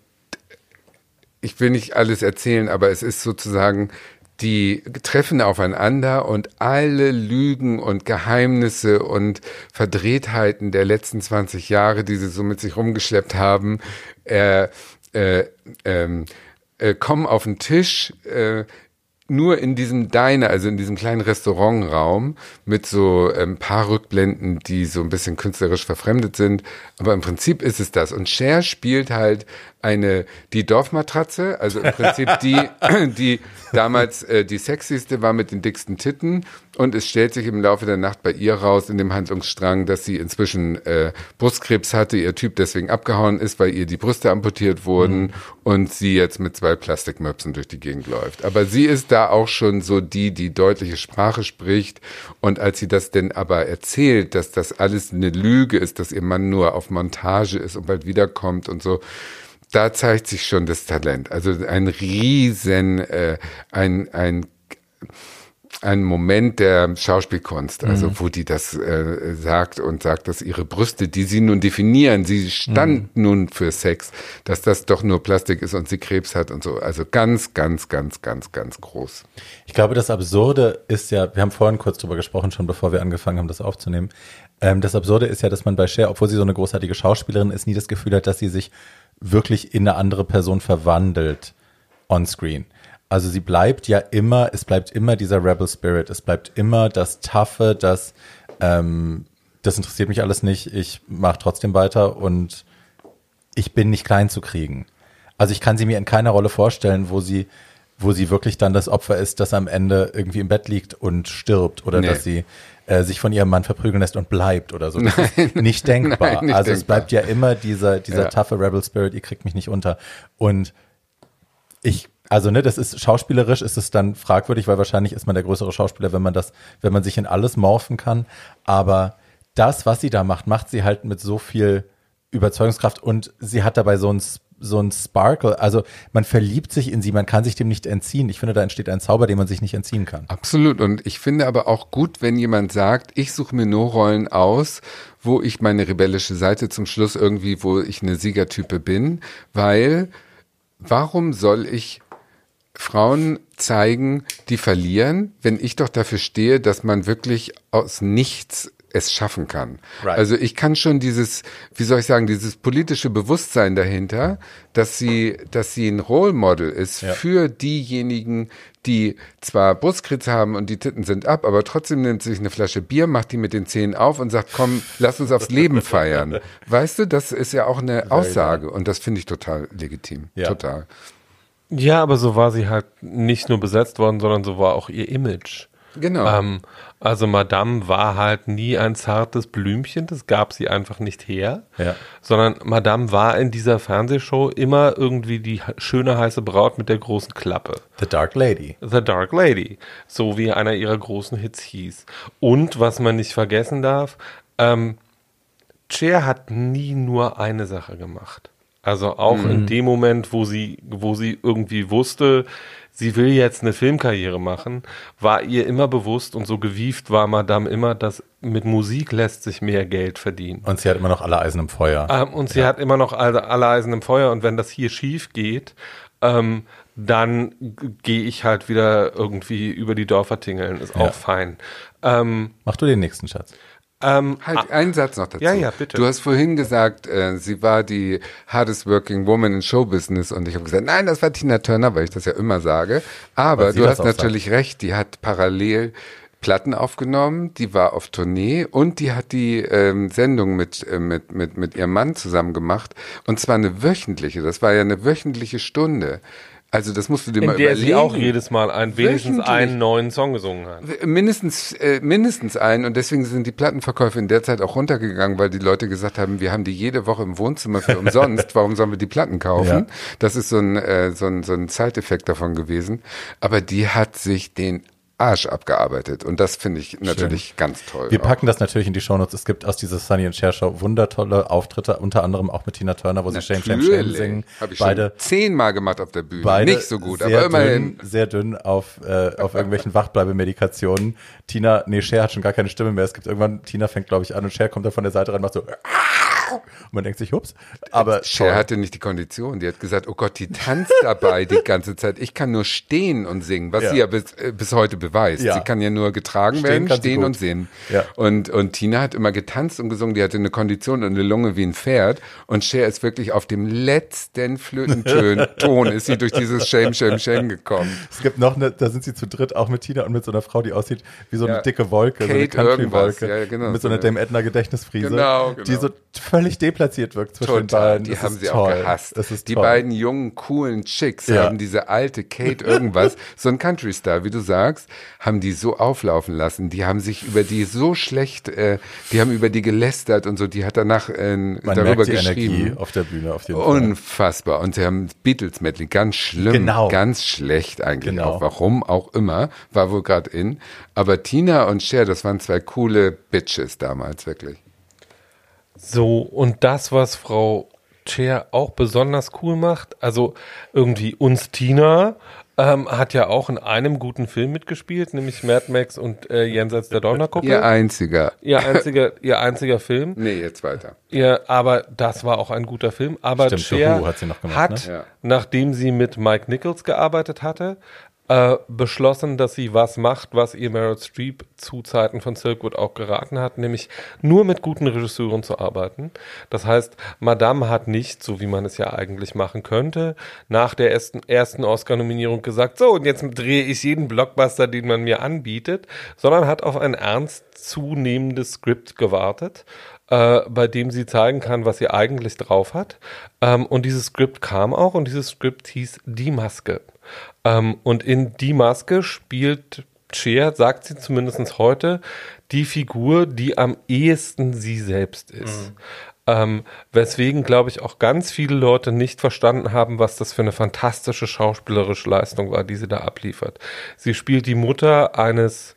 ich will nicht alles erzählen, aber es ist sozusagen, die treffen aufeinander und alle Lügen und Geheimnisse und Verdrehtheiten der letzten zwanzig Jahre, die sie so mit sich rumgeschleppt haben, äh, äh, äh, äh, kommen auf den Tisch, äh, nur in diesem Diner, also in diesem kleinen Restaurantraum mit so ein ähm, paar Rückblenden, die so ein bisschen künstlerisch verfremdet sind. Aber im Prinzip ist es das. Und Cher spielt halt eine, die Dorfmatratze, also im Prinzip die, die damals äh, die sexyste war mit den dicksten Titten. Und es stellt sich im Laufe der Nacht bei ihr raus in dem Handlungsstrang, dass sie inzwischen äh, Brustkrebs hatte, ihr Typ deswegen abgehauen ist, weil ihr die Brüste amputiert wurden mhm. und sie jetzt mit zwei Plastikmöpsen durch die Gegend läuft. Aber sie ist da auch schon so die, die deutliche Sprache spricht. Und als sie das denn aber erzählt, dass das alles eine Lüge ist, dass ihr Mann nur auf Montage ist und bald wiederkommt und so, da zeigt sich schon das Talent. Also ein riesen, äh, ein, ein, ein Moment der Schauspielkunst, also mhm. wo die das äh, sagt und sagt, dass ihre Brüste, die sie nun definieren, sie stand mhm. nun für Sex, dass das doch nur Plastik ist und sie Krebs hat und so. Also ganz, ganz, ganz, ganz, ganz groß. Ich glaube, das Absurde ist ja, wir haben vorhin kurz drüber gesprochen, schon bevor wir angefangen haben, das aufzunehmen. Ähm, das Absurde ist ja, dass man bei Cher, obwohl sie so eine großartige Schauspielerin ist, nie das Gefühl hat, dass sie sich wirklich in eine andere Person verwandelt on-screen. Also sie bleibt ja immer, es bleibt immer dieser Rebel Spirit, es bleibt immer das Toughe, das, ähm, das interessiert mich alles nicht, ich mache trotzdem weiter und ich bin nicht klein zu kriegen. Also ich kann sie mir in keiner Rolle vorstellen, wo sie, wo sie wirklich dann das Opfer ist, das am Ende irgendwie im Bett liegt und stirbt oder nee. dass sie äh, sich von ihrem Mann verprügeln lässt und bleibt oder so. Das Nein. ist nicht denkbar. Nein, nicht also denkbar. Es bleibt ja immer dieser, dieser ja. toughe Rebel Spirit, ihr kriegt mich nicht unter. Und ich Also, ne, das ist schauspielerisch ist es dann fragwürdig, weil wahrscheinlich ist man der größere Schauspieler, wenn man das, wenn man sich in alles morphen kann. Aber das, was sie da macht, macht sie halt mit so viel Überzeugungskraft und sie hat dabei so ein, so ein Sparkle. Also, man verliebt sich in sie, man kann sich dem nicht entziehen. Ich finde, da entsteht ein Zauber, den man sich nicht entziehen kann. Absolut. Und ich finde aber auch gut, wenn jemand sagt, ich suche mir nur Rollen aus, wo ich meine rebellische Seite zum Schluss irgendwie, wo ich eine Siegertype bin, weil warum soll ich Frauen zeigen, die verlieren, wenn ich doch dafür stehe, dass man wirklich aus nichts es schaffen kann. Right. Also ich kann schon dieses, wie soll ich sagen, dieses politische Bewusstsein dahinter, dass sie, dass sie ein Role Model ist ja. für diejenigen, die zwar Brustkrebs haben und die Titten sind ab, aber trotzdem nimmt sich eine Flasche Bier, macht die mit den Zähnen auf und sagt, komm, lass uns aufs Leben feiern. Weißt du, das ist ja auch eine Aussage und das finde ich total legitim. Ja. Total. Ja, aber so war sie halt nicht nur besetzt worden, sondern so war auch ihr Image. Genau. Ähm, also Madame war halt nie ein zartes Blümchen, das gab sie einfach nicht her, ja. sondern Madame war in dieser Fernsehshow immer irgendwie die schöne heiße Braut mit der großen Klappe. The Dark Lady. The Dark Lady, so wie einer ihrer großen Hits hieß. Und was man nicht vergessen darf, ähm, Cher hat nie nur eine Sache gemacht. Also auch mhm. in dem Moment, wo sie, wo sie irgendwie wusste, sie will jetzt eine Filmkarriere machen, war ihr immer bewusst und so gewieft war Madame immer, dass mit Musik lässt sich mehr Geld verdienen. Und sie hat immer noch alle Eisen im Feuer. Ähm, und sie ja. hat immer noch alle, alle Eisen im Feuer und wenn das hier schief geht, ähm, dann gehe ich halt wieder irgendwie über die Dörfer tingeln, ist ja. auch fein. Ähm, Mach du den nächsten, Schatz. Ähm, halt, ah, einen Satz noch dazu. Ja, ja, bitte. Du hast vorhin gesagt, äh, sie war die hardest working woman in Showbusiness und ich habe gesagt, nein, das war Tina Turner, weil ich das ja immer sage. Aber du hast natürlich sagt. recht, die hat parallel Platten aufgenommen, die war auf Tournee und die hat die ähm, Sendung mit, äh, mit, mit, mit ihrem Mann zusammen gemacht und zwar eine wöchentliche, das war ja eine wöchentliche Stunde. Also das musst du dir in mal der überlegen. Sie auch jedes Mal ein, wenigstens einen neuen Song gesungen hat. Mindestens, äh, mindestens einen und deswegen sind die Plattenverkäufe in der Zeit auch runtergegangen, weil die Leute gesagt haben, wir haben die jede Woche im Wohnzimmer für umsonst, warum sollen wir die Platten kaufen? Ja. Das ist so ein, äh, so ein, so ein Zeiteffekt davon gewesen. Aber die hat sich den Arsch abgearbeitet und das finde ich natürlich Schön. ganz toll. Wir auch. packen das natürlich in die Shownotes. Es gibt aus dieser Sunny and Cher Show wundertolle Auftritte, unter anderem auch mit Tina Turner, wo sie Shame, Shame, Shame singen. Habe ich beide, schon zehnmal gemacht auf der Bühne. Beide Nicht so gut, aber immerhin. Dünn, sehr dünn auf, äh, auf irgendwelchen Wachbleibemedikationen. Tina, nee, Cher hat schon gar keine Stimme mehr. Es gibt irgendwann, Tina fängt glaube ich an und Cher kommt da von der Seite rein und macht so Und man denkt sich, ups. Aber Cher hatte nicht die Kondition. Die hat gesagt, oh Gott, die tanzt dabei die ganze Zeit. Ich kann nur stehen und singen, was Ja. sie ja bis, äh, bis heute beweist. Ja. Sie kann ja nur getragen Stehen werden, kann sie stehen gut. und singen. Ja. Und, und Tina hat immer getanzt und gesungen. Die hatte eine Kondition und eine Lunge wie ein Pferd. Und Cher ist wirklich auf dem letzten Flötenton Ton ist sie durch dieses Shame, Shame, Shame gekommen. es gibt noch eine, da sind sie zu dritt, auch mit Tina und mit so einer Frau, die aussieht wie so eine Ja. dicke Wolke, so eine Kate irgendwas. Country-Wolke. Ja, genau. Mit so einer Dame Edna Gedächtnisfriese, Genau, genau. die so völlig deplatziert wirkt zwischen den Total, beiden. die Das haben ist sie toll. auch gehasst. Das ist die toll. beiden jungen, coolen Chicks Ja. haben diese alte Kate irgendwas, so ein Country-Star, wie du sagst, haben die so auflaufen lassen. Die haben sich über die so schlecht, äh, die haben über die gelästert und so. Die hat danach äh, Man darüber merkt die geschrieben. Energie auf der Bühne auf jeden Fall. Unfassbar. Und sie haben Beatles-Medley, ganz schlimm, Genau. ganz schlecht eigentlich Genau. auch. Warum auch immer, war wohl gerade in. Aber Tina und Cher, das waren zwei coole Bitches damals, wirklich. So, und das, was Frau Cher auch besonders cool macht, also irgendwie uns Tina ähm, hat ja auch in einem guten Film mitgespielt, nämlich Mad Max und äh, Jenseits der Donnerkuppel. Ihr einziger. Ihr einziger, ihr einziger Film. Nee, jetzt weiter. Ja, aber das war auch ein guter Film. Aber Stimmt, Cher The Who hat sie noch gemacht, hat, ne? Ja. nachdem sie mit Mike Nichols gearbeitet hatte, äh, beschlossen, dass sie was macht, was ihr Meryl Streep zu Zeiten von Silkwood auch geraten hat, nämlich nur mit guten Regisseuren zu arbeiten. Das heißt, Madame hat nicht, so wie man es ja eigentlich machen könnte, nach der ersten, ersten Oscar-Nominierung gesagt, so, und jetzt drehe ich jeden Blockbuster, den man mir anbietet, sondern hat auf ein ernst zunehmendes Skript gewartet, äh, bei dem sie zeigen kann, was sie eigentlich drauf hat. Ähm, und dieses Skript kam auch, und dieses Skript hieß Die Maske. Ähm, und in Die Maske spielt Cher, sagt sie zumindest heute, die Figur, die am ehesten sie selbst ist. Mhm. Ähm, weswegen, glaube ich, auch ganz viele Leute nicht verstanden haben, was das für eine fantastische schauspielerische Leistung war, die sie da abliefert. Sie spielt die Mutter eines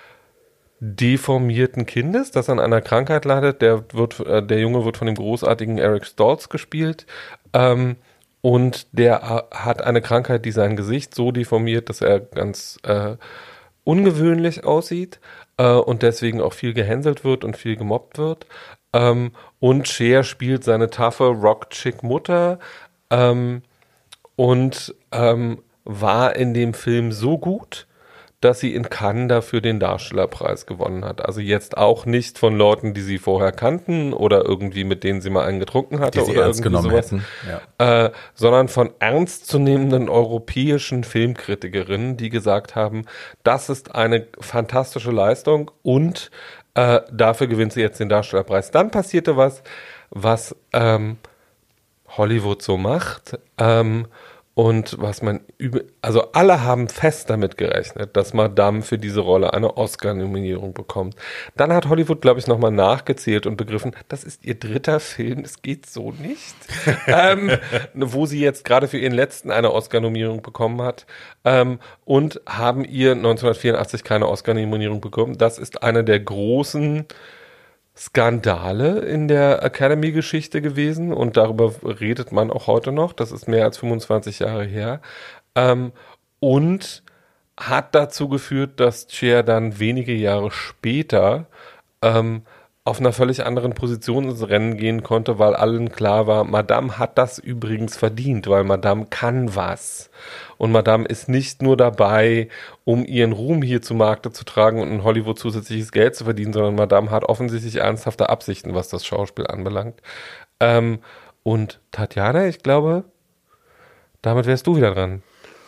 deformierten Kindes, das an einer Krankheit leidet. Der wird, äh, der Junge wird von dem großartigen Eric Stoltz gespielt. Ähm, und der äh, hat eine Krankheit, die sein Gesicht so deformiert, dass er ganz äh, ungewöhnlich aussieht äh, und deswegen auch viel gehänselt wird und viel gemobbt wird. Ähm, und Cher spielt seine taffe Rock-Chick-Mutter ähm, und ähm, war in dem Film so gut, dass sie in Cannes dafür den Darstellerpreis gewonnen hat. Also jetzt auch nicht von Leuten, die sie vorher kannten oder irgendwie mit denen sie mal einen getrunken hatte Die sie oder ernst irgendwie genommen sowas, hätten. Ja. äh, sondern von ernstzunehmenden europäischen Filmkritikerinnen, die gesagt haben, das ist eine fantastische Leistung und äh, dafür gewinnt sie jetzt den Darstellerpreis. Dann passierte was, was ähm, Hollywood so macht, ähm, und was man über, also alle haben fest damit gerechnet, dass Madame für diese Rolle eine Oscar-Nominierung bekommt. Dann hat Hollywood, glaube ich, nochmal nachgezählt und begriffen, das ist ihr dritter Film, das geht so nicht. ähm, wo sie jetzt gerade für ihren letzten eine Oscar-Nominierung bekommen hat, ähm, und haben ihr neunzehnhundertvierundachtzig keine Oscar-Nominierung bekommen. Das ist eine der großen Skandale in der Academy-Geschichte gewesen und darüber redet man auch heute noch. Das ist mehr als fünfundzwanzig Jahre her. Ähm, und hat dazu geführt, dass Cher dann wenige Jahre später ähm, auf einer völlig anderen Position ins Rennen gehen konnte, weil allen klar war, Madame hat das übrigens verdient, weil Madame kann was. Und Madame ist nicht nur dabei, um ihren Ruhm hier zu Markte zu tragen und in Hollywood zusätzliches Geld zu verdienen, sondern Madame hat offensichtlich ernsthafte Absichten, was das Schauspiel anbelangt. Ähm, und Tatjana, ich glaube, damit wärst du wieder dran.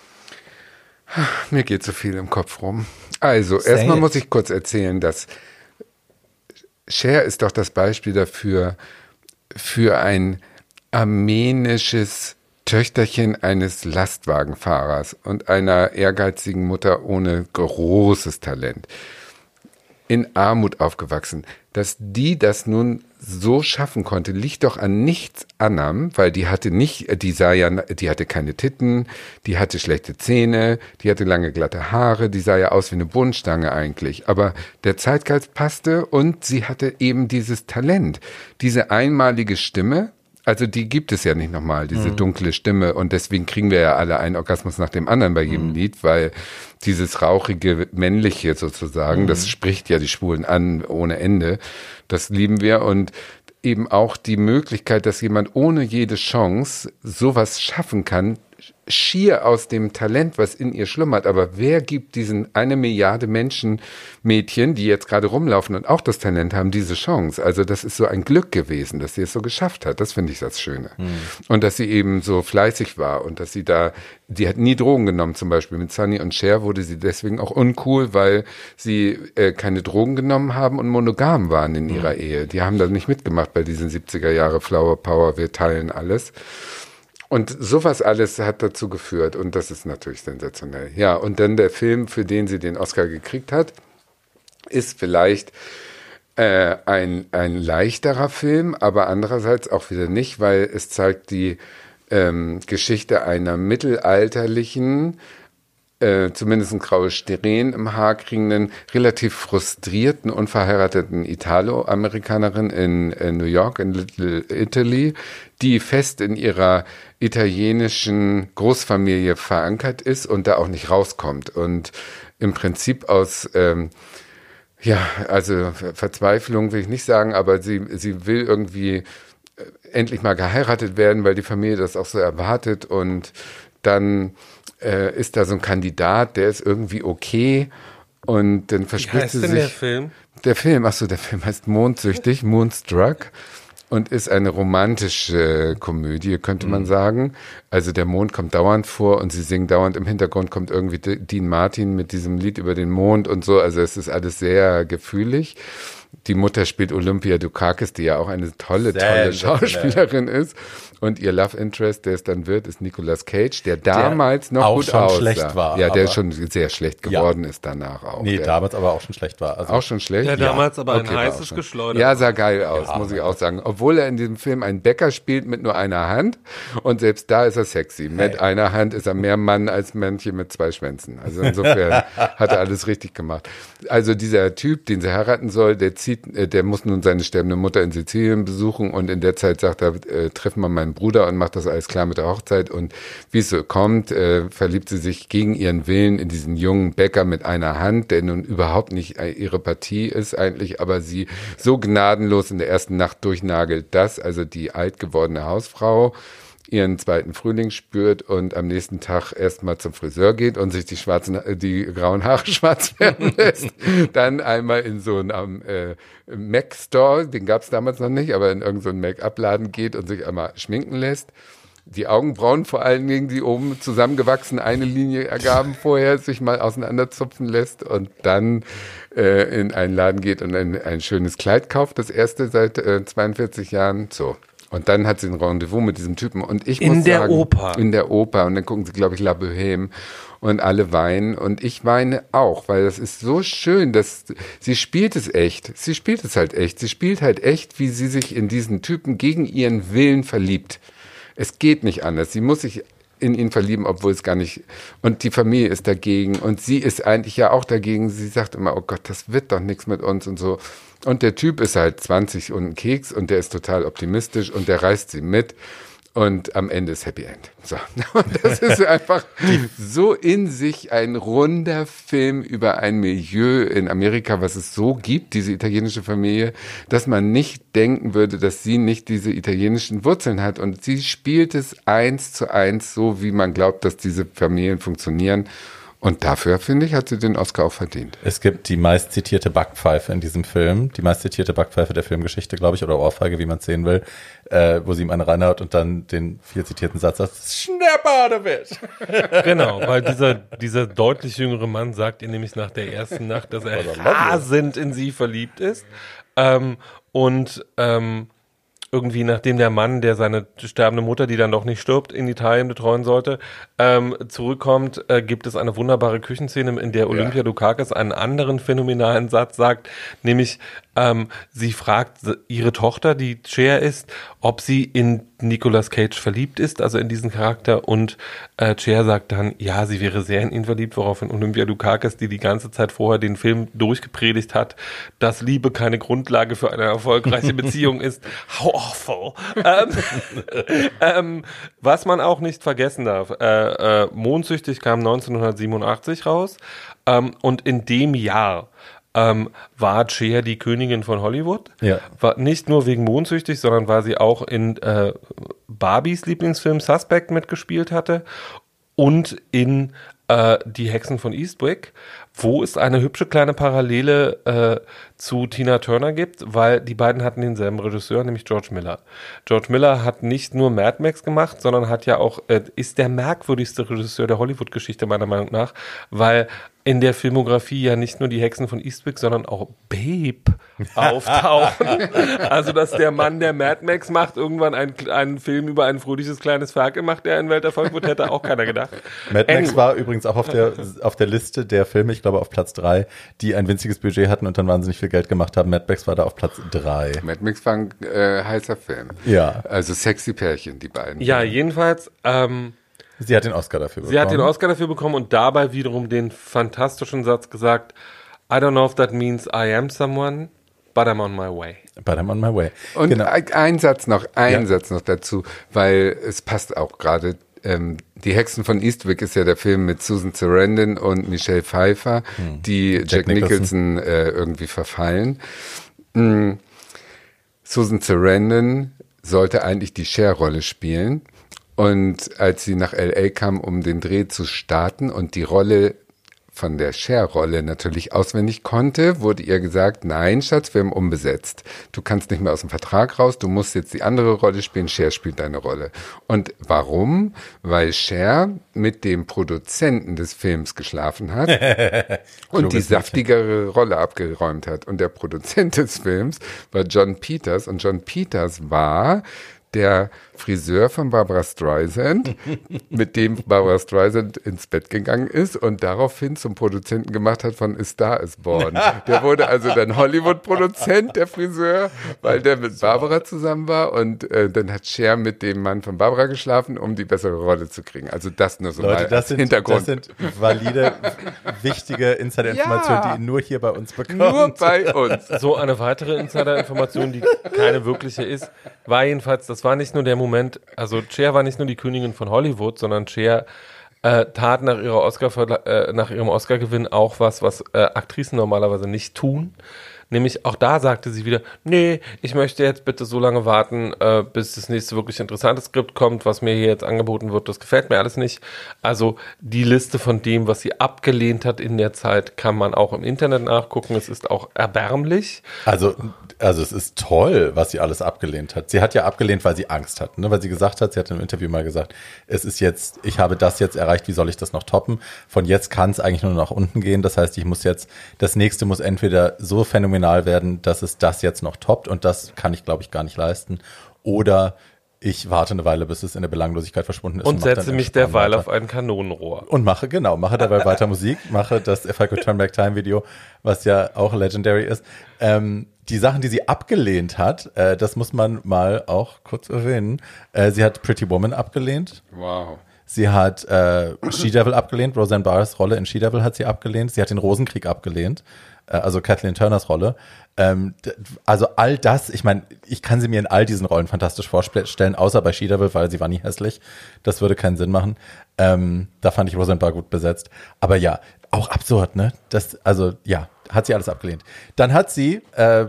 Mir geht so viel im Kopf rum. Also, erstmal muss ich kurz erzählen, dass Cher ist doch das Beispiel dafür, für ein armenisches Töchterchen eines Lastwagenfahrers und einer ehrgeizigen Mutter ohne großes Talent. In Armut aufgewachsen. Dass die das nun so schaffen konnte, liegt doch an nichts anderem, weil die hatte nicht, die sah ja, die hatte keine Titten, die hatte schlechte Zähne, die hatte lange glatte Haare, die sah ja aus wie eine Buntstange eigentlich. Aber der Zeitgeist passte und sie hatte eben dieses Talent, diese einmalige Stimme. Also die gibt es ja nicht nochmal, diese mhm. dunkle Stimme. Und deswegen kriegen wir ja alle einen Orgasmus nach dem anderen bei jedem mhm. Lied, weil dieses rauchige, männliche sozusagen, mhm. das spricht ja die Schwulen an ohne Ende. Das lieben wir. Und eben auch die Möglichkeit, dass jemand ohne jede Chance sowas schaffen kann, schier aus dem Talent, was in ihr schlummert. Aber wer gibt diesen eine Milliarde Menschen, Mädchen, die jetzt gerade rumlaufen und auch das Talent haben, diese Chance? Also das ist so ein Glück gewesen, dass sie es so geschafft hat. Das finde ich das Schöne. Hm. Und dass sie eben so fleißig war und dass sie da, die hat nie Drogen genommen, zum Beispiel mit Sonny und Cher wurde sie deswegen auch uncool, weil sie äh, keine Drogen genommen haben und monogam waren in ihrer hm. Ehe. Die haben da nicht mitgemacht bei diesen siebziger Jahre Flower Power, wir teilen alles. Und sowas alles hat dazu geführt und das ist natürlich sensationell. Ja, und dann der Film, für den sie den Oscar gekriegt hat, ist vielleicht äh, ein, ein leichterer Film, aber andererseits auch wieder nicht, weil es zeigt die ähm, Geschichte einer mittelalterlichen, äh, zumindest ein graues Strähnen im Haar kriegenden, relativ frustrierten, unverheirateten Italo-Amerikanerin in, in New York, in Little Italy, die fest in ihrer italienischen Großfamilie verankert ist und da auch nicht rauskommt. Und im Prinzip aus, ähm, ja, also Verzweiflung will ich nicht sagen, aber sie, sie will irgendwie endlich mal geheiratet werden, weil die Familie das auch so erwartet und dann äh, ist da so ein Kandidat, der ist irgendwie okay und dann verspricht sie sich. Wie heißt denn der Film? Der Film, achso, der Film heißt Mondsüchtig, Moonstruck und ist eine romantische Komödie, könnte mhm. man sagen. Also der Mond kommt dauernd vor und sie singen dauernd, im Hintergrund kommt irgendwie Dean Martin mit diesem Lied über den Mond und so, also es ist alles sehr gefühlig. Die Mutter spielt Olympia Dukakis, die ja auch eine tolle, sehr tolle Schauspielerin ist. Und ihr Love Interest, der es dann wird, ist Nicolas Cage, der damals der noch auch gut schon aussah. schlecht war. Ja, der schon sehr schlecht geworden ja. ist danach auch. Nee, der, damals aber auch schon schlecht war. Also auch schon schlecht? Ja, damals aber okay, ein heißes geschleudert. Ja, sah geil aus, ja, muss ich auch sagen. Obwohl er in diesem Film einen Bäcker spielt mit nur einer Hand. Und selbst da ist er sexy. Hey. Mit einer Hand ist er mehr Mann als manche mit zwei Schwänzen. Also insofern hat er alles richtig gemacht. Also dieser Typ, den sie heiraten soll, der zieht, der muss nun seine sterbende Mutter in Sizilien besuchen und in der Zeit sagt er, äh, treffen wir meinen Bruder und macht das alles klar mit der Hochzeit und wie es so kommt, äh, verliebt sie sich gegen ihren Willen in diesen jungen Bäcker mit einer Hand, der nun überhaupt nicht ihre Partie ist eigentlich, aber sie so gnadenlos in der ersten Nacht durchnagelt, dass also die alt gewordene Hausfrau ihren zweiten Frühling spürt und am nächsten Tag erstmal zum Friseur geht und sich die schwarzen, die grauen Haare schwarz färben lässt. Dann einmal in so einen äh, Mac-Store, den gab es damals noch nicht, aber in irgendeinen so Make-up-Laden geht und sich einmal schminken lässt. Die Augenbrauen vor allen Dingen, die oben zusammengewachsen eine Linie ergaben vorher, sich mal auseinanderzupfen lässt und dann äh, in einen Laden geht und ein, ein schönes Kleid kauft, das erste seit äh, zweiundvierzig Jahren. So. Und dann hat sie ein Rendezvous mit diesem Typen. Und ich in muss der sagen, Oper. In der Oper. Und dann gucken sie, glaube ich, La Bohème. Und alle weinen. Und ich weine auch, weil das ist so schön, dass sie spielt es echt. Sie spielt es halt echt. Sie spielt halt echt, wie sie sich in diesen Typen gegen ihren Willen verliebt. Es geht nicht anders. Sie muss sich in ihn verlieben, obwohl es gar nicht, und die Familie ist dagegen und sie ist eigentlich ja auch dagegen. Sie sagt immer, oh Gott, das wird doch nichts mit uns und so. Und der Typ ist halt zwanzig und ein Keks und der ist total optimistisch und der reißt sie mit und am Ende ist Happy End. So. Und das ist einfach so in sich ein runder Film über ein Milieu in Amerika, was es so gibt, diese italienische Familie, dass man nicht denken würde, dass sie nicht diese italienischen Wurzeln hat. Und sie spielt es eins zu eins, so wie man glaubt, dass diese Familien funktionieren. Und dafür, finde ich, hat sie den Oscar auch verdient. Es gibt die meist zitierte Backpfeife in diesem Film, die meist zitierte Backpfeife der Filmgeschichte, glaube ich, oder Ohrfeige, wie man es sehen will, äh, wo sie ihm eine reinhaut und dann den viel zitierten Satz sagt, snap out of it! Genau, weil dieser, dieser deutlich jüngere Mann sagt ihr nämlich nach der ersten Nacht, dass er rasend in sie verliebt ist. Ähm, und ähm, irgendwie, nachdem der Mann, der seine sterbende Mutter, die dann doch nicht stirbt, in Italien betreuen sollte, ähm, zurückkommt, äh, gibt es eine wunderbare Küchenszene, in der Olympia ja. Dukakis einen anderen phänomenalen Satz sagt, nämlich ähm, sie fragt ihre Tochter, die Cher ist, ob sie in Nicolas Cage verliebt ist, also in diesen Charakter, und äh, Cher sagt dann, ja, sie wäre sehr in ihn verliebt, woraufhin Olympia Dukakis, die die ganze Zeit vorher den Film durchgepredigt hat, dass Liebe keine Grundlage für eine erfolgreiche Beziehung ist. How awful. ähm, ähm, was man auch nicht vergessen darf, äh, äh, Mondsüchtig kam neunzehnhundertsiebenundachtzig raus, ähm, und in dem Jahr ähm, war Cher die Königin von Hollywood. Ja. War nicht nur wegen mondsüchtig, sondern weil sie auch in äh, Barbies Lieblingsfilm Suspect mitgespielt hatte und in äh, Die Hexen von Eastwick, wo es eine hübsche kleine Parallele äh, zu Tina Turner gibt, weil die beiden hatten denselben Regisseur, nämlich George Miller. George Miller hat nicht nur Mad Max gemacht, sondern hat ja auch, äh, ist der merkwürdigste Regisseur der Hollywood-Geschichte meiner Meinung nach, weil in der Filmografie ja nicht nur die Hexen von Eastwick, sondern auch Babe auftauchen. Also, dass der Mann, der Mad Max macht, irgendwann einen, einen Film über ein fröhliches kleines Ferkel macht, der ein Welterfolg wird, hätte auch keiner gedacht. Mad Max Anyway. war übrigens auch auf der, auf der Liste der Filme, ich glaube auf Platz drei, die ein winziges Budget hatten und dann wahnsinnig viel Geld gemacht haben. Mad Max war da auf Platz drei. Mad Max war ein äh, heißer Film. Ja. Also sexy Pärchen, die beiden. Ja, jedenfalls, ähm, Sie hat den Oscar dafür bekommen. sie hat den Oscar dafür bekommen und dabei wiederum den fantastischen Satz gesagt, I don't know if that means I am someone, but I'm on my way. But I'm on my way. Und genau. ein, ein Satz noch, ein Ja. Satz noch dazu, weil es passt auch gerade. Ähm, die Hexen von Eastwick ist ja der Film mit Susan Sarandon und Michelle Pfeiffer, Hm. die Jack, Jack Nicholson, Nicholson äh, irgendwie verfallen. Mhm. Susan Sarandon sollte eigentlich die Cher-Rolle spielen. Und als sie nach L A kam, um den Dreh zu starten und die Rolle von der Cher-Rolle natürlich auswendig konnte, wurde ihr gesagt, nein, Schatz, wir haben umbesetzt. Du kannst nicht mehr aus dem Vertrag raus, du musst jetzt die andere Rolle spielen, Cher spielt deine Rolle. Und warum? Weil Cher mit dem Produzenten des Films geschlafen hat und die saftigere Rolle abgeräumt hat. Und der Produzent des Films war John Peters und John Peters war der Friseur von Barbra Streisand, mit dem Barbra Streisand ins Bett gegangen ist und daraufhin zum Produzenten gemacht hat von A Star is Born. Der wurde also dann Hollywood-Produzent, der Friseur, weil der mit Barbara zusammen war und äh, dann hat Cher mit dem Mann von Barbara geschlafen, um die bessere Rolle zu kriegen. Also das nur so Leute, mal das als sind, Hintergrund. das sind valide, wichtige Insider-Informationen, Ja. die ihr nur hier bei uns bekommt. Nur bei uns. So eine weitere Insider-Information, die keine wirkliche ist, war jedenfalls, das war nicht nur der Moment, also Cher war nicht nur die Königin von Hollywood, sondern Cher äh, tat nach, ihrer Oscar, äh, nach ihrem Oscar-Gewinn auch was, was äh, Aktrisen normalerweise nicht tun. Nämlich auch da sagte sie wieder, nee, ich möchte jetzt bitte so lange warten, äh, bis das nächste wirklich interessante Skript kommt, was mir hier jetzt angeboten wird, das gefällt mir alles nicht. Also die Liste von dem, was sie abgelehnt hat in der Zeit, kann man auch im Internet nachgucken. Es ist auch erbärmlich. Also, also es ist toll, was sie alles abgelehnt hat. Sie hat ja abgelehnt, weil sie Angst hat, ne? Weil sie gesagt hat, sie hat im Interview mal gesagt, es ist jetzt, ich habe das jetzt erreicht, wie soll ich das noch toppen? Von jetzt kann es eigentlich nur nach unten gehen. Das heißt, ich muss jetzt, das nächste muss entweder so phänomenal werden, dass es das jetzt noch toppt und das kann ich, glaube ich, gar nicht leisten. Oder ich warte eine Weile, bis es in der Belanglosigkeit verschwunden ist. Und, und setze mich derweil weiter. auf ein Kanonenrohr. Und mache, genau, mache dabei weiter Musik, mache das If I Could Turn Back Time Video, was ja auch legendary ist. Ähm, die Sachen, die sie abgelehnt hat, äh, das muss man mal auch kurz erwähnen. Äh, sie hat Pretty Woman abgelehnt. Wow. Sie hat äh, She-Devil abgelehnt, Roseanne Barrs Rolle in She-Devil hat sie abgelehnt. Sie hat den Rosenkrieg abgelehnt, äh, also Kathleen Turners Rolle. Ähm, d- also all das, ich meine, ich kann sie mir in all diesen Rollen fantastisch vorstellen, außer bei She-Devil, weil sie war nie hässlich. Das würde keinen Sinn machen. Ähm, da fand ich Roseanne Barr gut besetzt. Aber ja, auch absurd, ne? Das, also ja, hat sie alles abgelehnt. Dann hat sie, äh,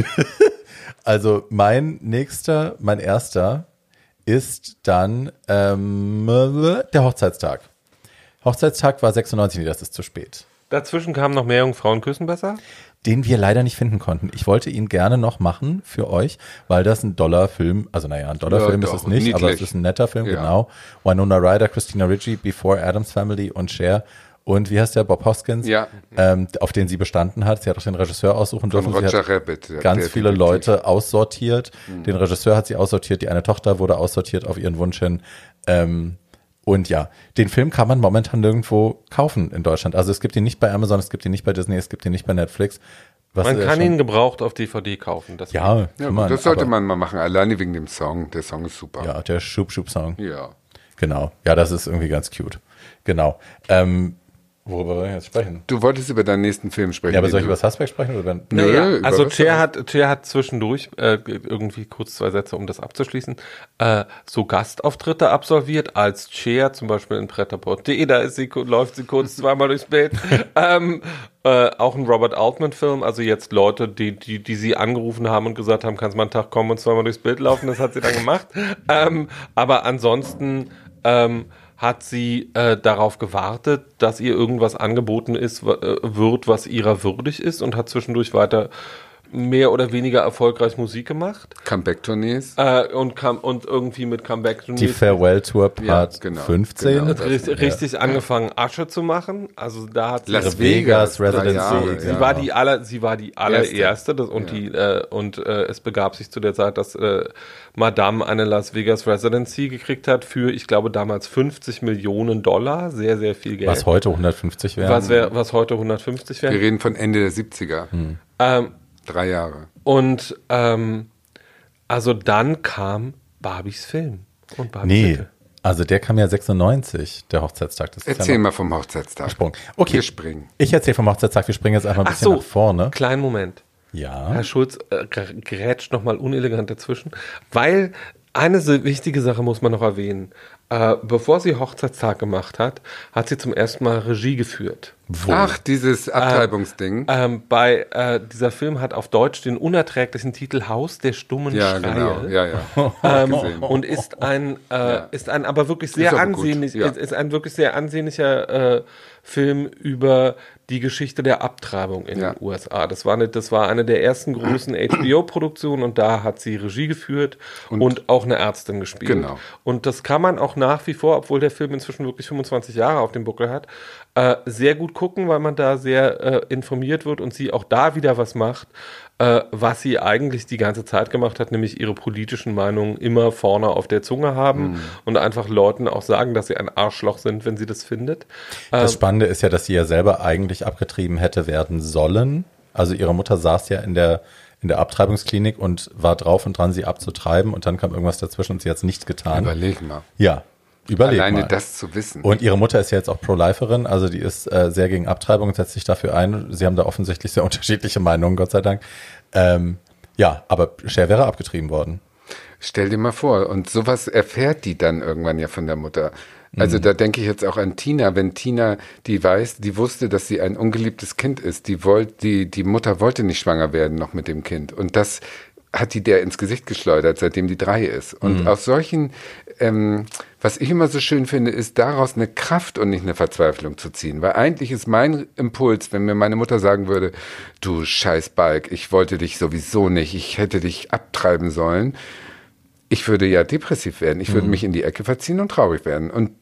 also mein nächster, mein erster ist dann ähm, der Hochzeitstag. Hochzeitstag war sechsundneunzig, nee, das ist zu spät. Dazwischen kamen noch mehr Jungfrauen küssen besser. Den wir leider nicht finden konnten. Ich wollte ihn gerne noch machen für euch, weil das ein Dollarfilm, also naja, ein Dollarfilm Ja, ist doch, es nicht, niedlich. aber es ist ein netter Film, Ja. genau. Winona Ryder, Christina Ricci, Before Addams Family und Cher. Und wie heißt der, Bob Hoskins, Ja. ähm, auf den sie bestanden hat. Sie hat auch den Regisseur aussuchen Von dürfen. Sie Roger hat Rabbit. ja, ganz der viele definitiv. Leute aussortiert. Den Regisseur hat sie aussortiert, die eine Tochter wurde aussortiert auf ihren Wunsch hin. Ähm, und ja, den Film kann man momentan nirgendwo kaufen in Deutschland. Also es gibt ihn nicht bei Amazon, es gibt ihn nicht bei Disney, es gibt ihn nicht bei Netflix. Was Man äh, kann schon- ihn gebraucht auf D V D kaufen. Das ja, Ja, kann gut, man, das sollte aber, man mal machen, alleine wegen dem Song. Der Song ist super. Ja, der Schub-Schub-Song. Ja. Genau. Ja, das ist irgendwie ganz cute. Genau. Ähm, Worüber wollen wir jetzt sprechen? Du wolltest über deinen nächsten Film sprechen. Ja, aber soll ich den über du- Suspect sprechen? Oder über Nö, Ja, über also was Cher auch? hat, Cher hat zwischendurch, äh, irgendwie kurz zwei Sätze, um das abzuschließen, äh, so Gastauftritte absolviert als Cher, zum Beispiel in Pret-à-Porter, da ist sie, läuft sie kurz zweimal durchs Bild. ähm, äh, auch ein Robert Altman-Film, also jetzt Leute, die, die, die sie angerufen haben und gesagt haben, kannst du mal einen Tag kommen und zweimal durchs Bild laufen, das hat sie dann gemacht. ähm, aber ansonsten, ähm, hat sie äh, darauf gewartet, dass ihr irgendwas angeboten ist, w- äh, wird, was ihrer würdig ist und hat zwischendurch weiter mehr oder weniger erfolgreich Musik gemacht Comeback-Tournees. äh, und kam und irgendwie mit Comeback die Farewell Tour Part Ja, genau, fünfzehn. genau. richtig, richtig angefangen Asche zu machen. Also da hat sie Las Vegas, Vegas, drei Residency. Jahre, Sie ja. war die aller, sie war die allererste das, und Ja. die äh, und äh, es begab sich zu der Zeit, dass äh, Madame eine Las Vegas Residency gekriegt hat für, ich glaube damals fünfzig Millionen Dollar, sehr sehr viel Geld. Was heute hundertfünfzig wäre. was, wär, was heute hundertfünfzig Wir wäre. reden von Ende der siebziger. Ähm, Drei Jahre. und ähm, also dann kam Barbies Film und Barbie Nee, Bitte. also der kam ja sechsundneunzig, der Hochzeitstag. Das ist Erzähl ja noch mal vom Hochzeitstag. gesprungen. Okay, Wir springen. ich erzähle vom Hochzeitstag, wir springen jetzt einfach ein Ach bisschen so, nach vorne. kleinen Moment. Ja. Herr Schulz äh, gr- grätscht nochmal unelegant dazwischen, weil eine so wichtige Sache muss man noch erwähnen. Äh, bevor sie Hochzeitstag gemacht hat, hat sie zum ersten Mal Regie geführt. Wo? Ach, dieses Abtreibungsding. Ähm, bei äh, dieser Film hat auf Deutsch den unerträglichen Titel Haus der stummen ja, Schreie. genau. Ja, ja. Ähm, gesehen. und ist ein äh, Ja. ist ein aber wirklich Ist sehr aber gut, ansehnlich ja. ist, ist ein wirklich sehr ansehnlicher äh, Film über die Geschichte der Abtreibung in Ja. den U S A. Das war eine das war eine der ersten großen H B O-Produktionen und da hat sie Regie geführt und, auch eine Ärztin gespielt. Genau. Und das kann man auch nach wie vor, obwohl der Film inzwischen wirklich fünfundzwanzig Jahre auf dem Buckel hat, äh, sehr gut gucken, weil man da sehr äh, informiert wird und sie auch da wieder was macht, äh, was sie eigentlich die ganze Zeit gemacht hat, nämlich ihre politischen Meinungen immer vorne auf der Zunge haben und einfach Leuten auch sagen, dass sie ein Arschloch sind, wenn sie das findet. Das Spannende ist ja, dass sie ja selber eigentlich abgetrieben hätte werden sollen. Also ihre Mutter saß ja in der, in der Abtreibungsklinik und war drauf und dran, sie abzutreiben. Und dann kam irgendwas dazwischen und sie hat es nicht getan. Überleg mal. Ja, überleg Alleine mal. das zu wissen. Und ihre Mutter ist ja jetzt auch Pro-Liferin, also die ist äh, sehr gegen Abtreibung und setzt sich dafür ein. Sie haben da offensichtlich sehr unterschiedliche Meinungen, Gott sei Dank. Ähm, ja, aber Cher wäre abgetrieben worden. Stell dir mal vor, und sowas erfährt die dann irgendwann ja von der Mutter. Also da denke ich jetzt auch an Tina, wenn Tina, die weiß, die wusste, dass sie ein ungeliebtes Kind ist, die wollte, die, die Mutter wollte nicht schwanger werden noch mit dem Kind. Und das hat die der ins Gesicht geschleudert, seitdem die drei ist. Und aus solchen, ähm, was ich immer so schön finde, ist daraus eine Kraft und nicht eine Verzweiflung zu ziehen. Weil eigentlich ist mein Impuls, wenn mir meine Mutter sagen würde, du scheiß Balk, ich wollte dich sowieso nicht, ich hätte dich abtreiben sollen. Ich würde ja depressiv werden. Ich würde mich in die Ecke verziehen und traurig werden. Und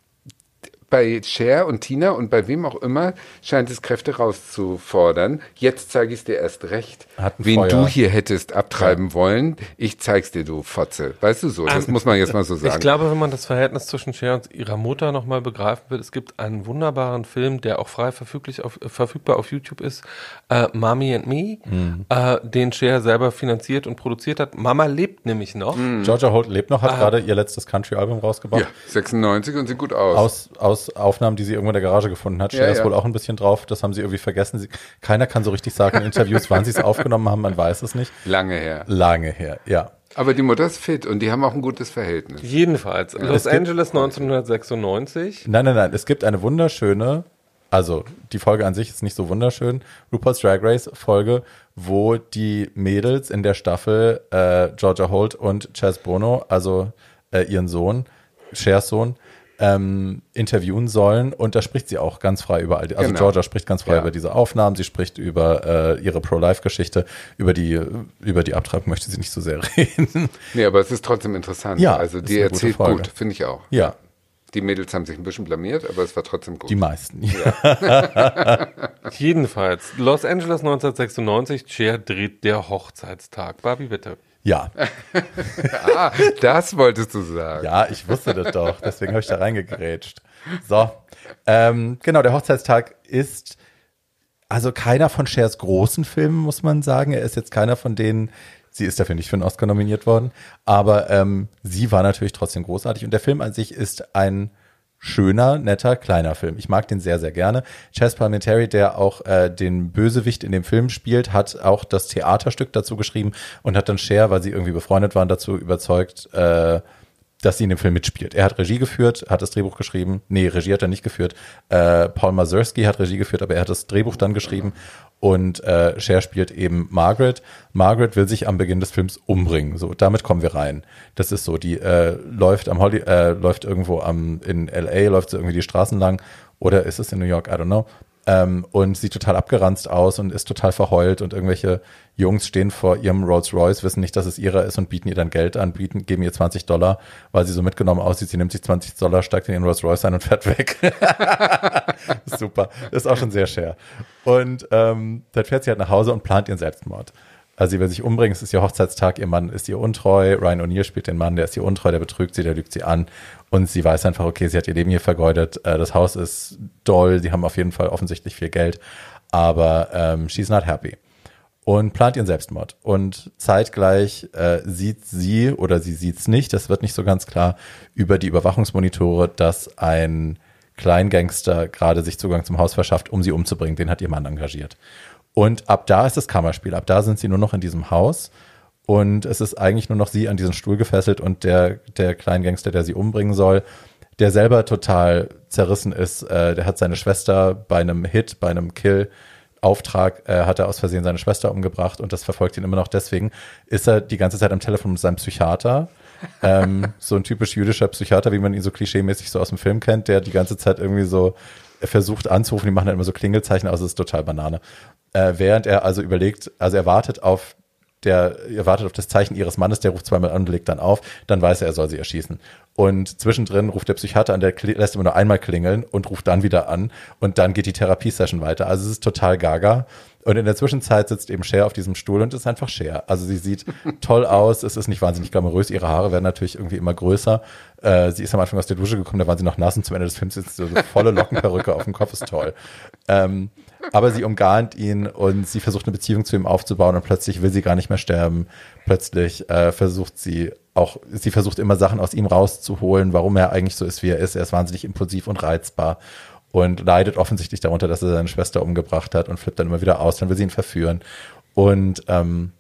bei Cher und Tina und bei wem auch immer scheint es Kräfte rauszufordern. Jetzt zeige ich es dir erst recht. Hat ein Wen Feuer. du hier hättest abtreiben wollen, ich zeig's dir, du Fotze. Weißt du so, das muss man jetzt mal so sagen. Ich glaube, wenn man das Verhältnis zwischen Cher und ihrer Mutter nochmal begreifen will, es gibt einen wunderbaren Film, der auch frei verfüglich auf, äh, verfügbar auf YouTube ist, äh, Mommy and Me, äh, den Cher selber finanziert und produziert hat. Mama lebt nämlich noch. Georgia Holt lebt noch, hat gerade ihr letztes Country-Album rausgebracht. ja, sechsundneunzig und sieht gut aus. Aus, aus Aufnahmen, die sie irgendwo in der Garage gefunden hat. Cher Ja, ist ja. wohl auch ein bisschen drauf. Das haben sie irgendwie vergessen. Sie, keiner kann so richtig sagen in Interviews, wann sie es aufgenommen haben. Man weiß es nicht. Lange her. Lange her, ja. Aber die Mutter ist fit und die haben auch ein gutes Verhältnis. Jedenfalls, Los gibt- Angeles neunzehnhundertsechsundneunzig. Nein, nein, nein. Es gibt eine wunderschöne, also die Folge an sich ist nicht so wunderschön, RuPaul's Drag Race Folge, wo die Mädels in der Staffel äh, Georgia Holt und Chaz Bono, also äh, ihren Sohn, Chers Sohn, ähm, interviewen sollen und da spricht sie auch ganz frei über all die, also Genau. Georgia spricht ganz frei Ja. über diese Aufnahmen, sie spricht über äh, ihre Pro-Life-Geschichte, über die über die Abtreibung möchte sie nicht so sehr reden. Nee, aber es ist trotzdem interessant. Ja, also ist die eine gute erzählt Folge. gut, finde ich auch. Ja, Die Mädels haben sich ein bisschen blamiert, aber es war trotzdem gut. die meisten. Jedenfalls, Los Angeles neunzehnhundertsechsundneunzig, Cher dreht der Hochzeitstag. Barbie, bitte. Ja, Ah, das wolltest du sagen. ja, ich wusste das doch, deswegen habe ich da reingegrätscht. So, ähm, genau, der Hochzeitstag ist also keiner von Chers großen Filmen, muss man sagen. Er ist jetzt keiner von denen, sie ist dafür nicht für einen Oscar nominiert worden, aber ähm, sie war natürlich trotzdem großartig. Und der Film an sich ist ein schöner, netter, kleiner Film. Ich mag den sehr, sehr gerne. Chazz Palminteri, der auch äh, den Bösewicht in dem Film spielt, hat auch das Theaterstück dazu geschrieben und hat dann Cher, weil sie irgendwie befreundet waren, dazu überzeugt, äh, dass sie in dem Film mitspielt. Er hat Regie geführt, hat das Drehbuch geschrieben. Nee, Regie hat er nicht geführt. Äh, Paul Mazursky hat Regie geführt, aber er hat das Drehbuch dann geschrieben. Und äh, Cher spielt eben Margaret. Margaret will sich am Beginn des Films umbringen. So, damit kommen wir rein. Das ist so, die äh, läuft am Holly, äh, läuft irgendwo am in L A, läuft so irgendwie die Straßen lang. Oder ist es in New York? I don't know. Ähm, und sieht total abgeranzt aus und ist total verheult und irgendwelche Jungs stehen vor ihrem Rolls Royce, wissen nicht, dass es ihrer ist und bieten ihr dann Geld an, bieten, geben ihr zwanzig Dollar, weil sie so mitgenommen aussieht. Sie nimmt sich zwanzig Dollar, steigt in ihren Rolls Royce ein und fährt weg. Super. Das ist auch schon sehr Cher. Und ähm, dann fährt sie halt nach Hause und plant ihren Selbstmord. Also sie will sich umbringen, es ist ihr Hochzeitstag, ihr Mann ist ihr untreu, Ryan O'Neal spielt den Mann, der ist ihr untreu, der betrügt sie, der lügt sie an und sie weiß einfach, okay, sie hat ihr Leben hier vergeudet, äh, das Haus ist doll, sie haben auf jeden Fall offensichtlich viel Geld, aber ähm, she's not happy und plant ihren Selbstmord und zeitgleich äh, sieht sie oder sie sieht's nicht, das wird nicht so ganz klar, über die Überwachungsmonitore, dass ein Kleingangster gerade sich Zugang zum Haus verschafft, um sie umzubringen, den hat ihr Mann engagiert. Und ab da ist das Kammerspiel. Ab da sind sie nur noch in diesem Haus. Und es ist eigentlich nur noch sie an diesen Stuhl gefesselt und der, der Kleingangster, der sie umbringen soll, der selber total zerrissen ist. Äh, der hat seine Schwester bei einem Hit, bei einem Kill-Auftrag, äh, hat er aus Versehen seine Schwester umgebracht und das verfolgt ihn immer noch. Deswegen ist er die ganze Zeit am Telefon mit seinem Psychiater. ähm, so ein typisch jüdischer Psychiater, wie man ihn so klischeemäßig so aus dem Film kennt, der die ganze Zeit irgendwie so versucht anzurufen, die machen dann immer so Klingelzeichen aus, es ist total Banane. Äh, während er also überlegt, also er wartet auf der, er wartet auf das Zeichen ihres Mannes, der ruft zweimal an und legt dann auf, dann weiß er, er soll sie erschießen. Und zwischendrin ruft der Psychiater an, der lässt immer nur einmal klingeln und ruft dann wieder an und dann geht die Therapiesession weiter. Also es ist total gaga. Und in der Zwischenzeit sitzt eben Cher auf diesem Stuhl und ist einfach Cher. Also sie sieht toll aus, es ist nicht wahnsinnig glamourös, ihre Haare werden natürlich irgendwie immer größer. Äh, sie ist am Anfang aus der Dusche gekommen, da waren sie noch nass und zum Ende des Films ist so eine volle Lockenperücke auf dem Kopf, ist toll. Ähm, aber sie umgarnt ihn und sie versucht eine Beziehung zu ihm aufzubauen und plötzlich will sie gar nicht mehr sterben. Plötzlich äh, versucht sie auch, sie versucht immer Sachen aus ihm rauszuholen, warum er eigentlich so ist, wie er ist. Er ist wahnsinnig impulsiv und reizbar und leidet offensichtlich darunter, dass er seine Schwester umgebracht hat und flippt dann immer wieder aus, dann will sie ihn verführen. Und ähm,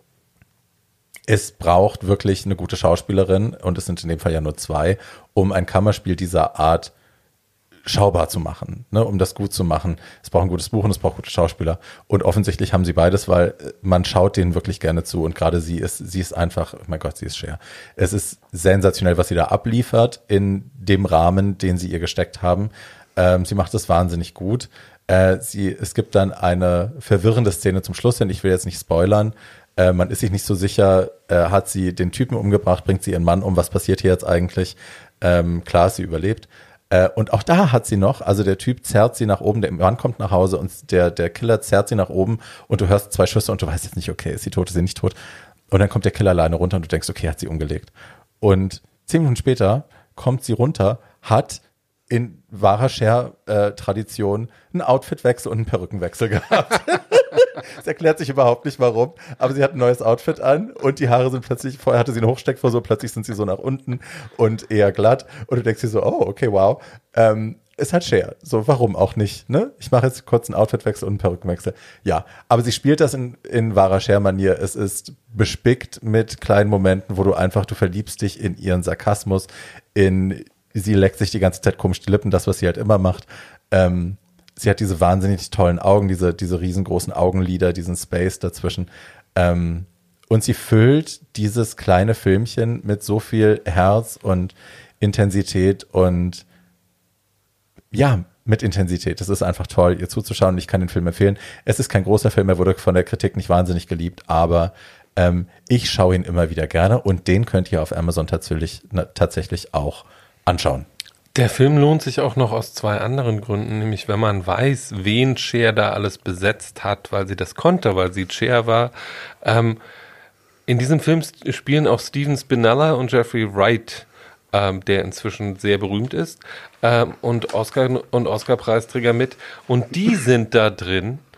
es braucht wirklich eine gute Schauspielerin, und es sind in dem Fall ja nur zwei, um ein Kammerspiel dieser Art schaubar zu machen, ne, um das gut zu machen. Es braucht ein gutes Buch und es braucht gute Schauspieler. Und offensichtlich haben sie beides, weil man schaut denen wirklich gerne zu. Und gerade sie ist, sie ist einfach, oh mein Gott, sie ist Cher. Es ist sensationell, was sie da abliefert in dem Rahmen, den sie ihr gesteckt haben. Ähm, sie macht es wahnsinnig gut. Äh, sie, es gibt dann eine verwirrende Szene zum Schluss hin. Ich will jetzt nicht spoilern. Äh, man ist sich nicht so sicher, äh, hat sie den Typen umgebracht, bringt sie ihren Mann um, was passiert hier jetzt eigentlich? Ähm, klar, sie überlebt. Äh, und auch da hat sie noch, also der Typ zerrt sie nach oben, der Mann kommt nach Hause und der, der Killer zerrt sie nach oben und du hörst zwei Schüsse und du weißt jetzt nicht, okay, ist sie tot, ist sie nicht tot? Und dann kommt der Killer alleine runter und du denkst, okay, hat sie umgelegt. Und zehn Minuten später kommt sie runter, hat in wahrer Cher-Tradition einen Outfitwechsel und einen Perückenwechsel gehabt. Es erklärt sich überhaupt nicht, warum, aber sie hat ein neues Outfit an und die Haare sind plötzlich, vorher hatte sie eine Hochsteckfrisur, plötzlich sind sie so nach unten und eher glatt und du denkst dir so, oh, okay, wow. Ähm, ist halt Cher, so warum auch nicht, ne? Ich mache jetzt kurz einen Outfitwechsel und einen Perückenwechsel. Ja, aber sie spielt das in, in wahrer Cher-Manier. Es ist bespickt mit kleinen Momenten, wo du einfach, du verliebst dich in ihren Sarkasmus, in sie leckt sich die ganze Zeit komisch die Lippen, das, was sie halt immer macht. Ähm, sie hat diese wahnsinnig tollen Augen, diese, diese riesengroßen Augenlider, diesen Space dazwischen. Ähm, und sie füllt dieses kleine Filmchen mit so viel Herz und Intensität und ja, mit Intensität. Das ist einfach toll, ihr zuzuschauen. Ich kann den Film empfehlen. Es ist kein großer Film, er wurde von der Kritik nicht wahnsinnig geliebt, aber ähm, ich schaue ihn immer wieder gerne und den könnt ihr auf Amazon tatsächlich, na, tatsächlich auch anschauen. Der Film lohnt sich auch noch aus zwei anderen Gründen, nämlich wenn man weiß, wen Cher da alles besetzt hat, weil sie das konnte, weil sie Cher war. Ähm, in diesem Film spielen auch Steven Spinella und Jeffrey Wright, ähm, der inzwischen sehr berühmt ist, ähm, und Oscar und Oscar-Preisträger mit. Und die sind da drin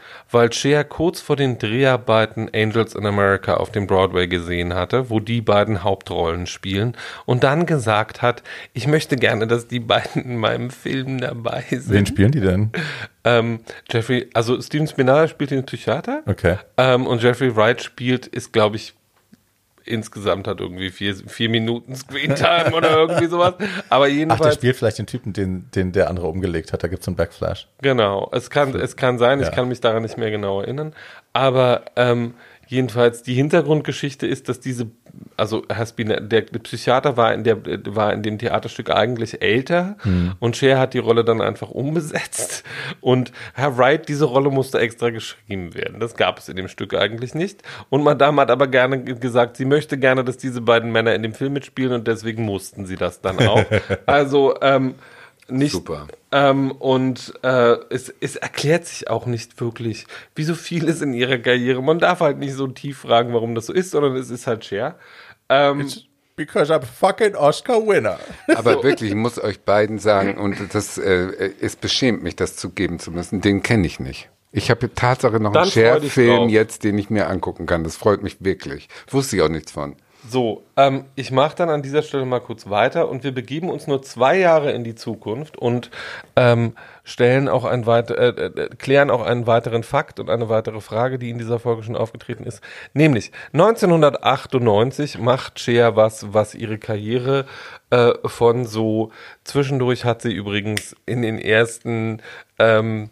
weil Cher kurz vor den Dreharbeiten Angels in America auf dem Broadway gesehen hatte, wo die beiden Hauptrollen spielen und dann gesagt hat, ich möchte gerne, dass die beiden in meinem Film dabei sind. Wen spielen die denn? Ähm, Jeffrey, also Steven Spinella spielt den Psychiater. Okay. Ähm, und Jeffrey Wright spielt, ist glaube ich, insgesamt hat irgendwie vier, vier Minuten Screentime oder irgendwie sowas. Aber jedenfalls. Ach, der spielt vielleicht den Typen, den, den der andere umgelegt hat. Da gibt es einen Backflash. Genau. Es kann, es kann sein, Ja. ich kann mich daran nicht mehr genau erinnern. Aber ähm, jedenfalls die Hintergrundgeschichte ist, dass diese, also Haspina, der, der Psychiater war in der, war in dem Theaterstück eigentlich älter hm. und Cher hat die Rolle dann einfach umbesetzt und Herr Wright, diese Rolle musste extra geschrieben werden. Das gab es in dem Stück eigentlich nicht. Und Madame hat aber gerne gesagt, sie möchte gerne, dass diese beiden Männer in dem Film mitspielen und deswegen mussten sie das dann auch. Also, ähm, nicht, Super. Ähm, und äh, es, es erklärt sich auch nicht wirklich, wie so vieles in ihrer Karriere. Man darf halt nicht so tief fragen, warum das so ist, sondern es ist halt Cher. Ähm, It's because I'm fucking Oscar winner. Aber so. Wirklich, ich muss euch beiden sagen, und das äh, es beschämt mich, das zugeben zu müssen, den kenne ich nicht. Ich habe Tatsache noch einen Cher-Film jetzt, den ich mir angucken kann. Das freut mich wirklich. Wusste ich auch nichts von. So, ähm, ich mache dann an dieser Stelle mal kurz weiter und wir begeben uns nur zwei Jahre in die Zukunft und ähm, stellen auch ein weit, äh, äh, klären auch einen weiteren Fakt und eine weitere Frage, die in dieser Folge schon aufgetreten ist. Nämlich neunzehnhundertachtundneunzig macht Cher was, was ihre Karriere äh, von so, zwischendurch hat sie übrigens in den ersten ähm,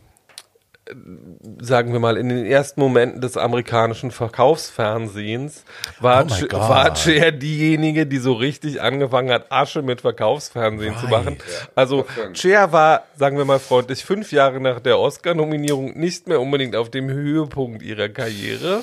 sagen wir mal, in den ersten Momenten des amerikanischen Verkaufsfernsehens war, Oh my Ch- God. war Cher diejenige, die so richtig angefangen hat, Asche mit Verkaufsfernsehen Right. zu machen. Also Cher war, sagen wir mal freundlich, fünf Jahre nach der Oscar-Nominierung nicht mehr unbedingt auf dem Höhepunkt ihrer Karriere.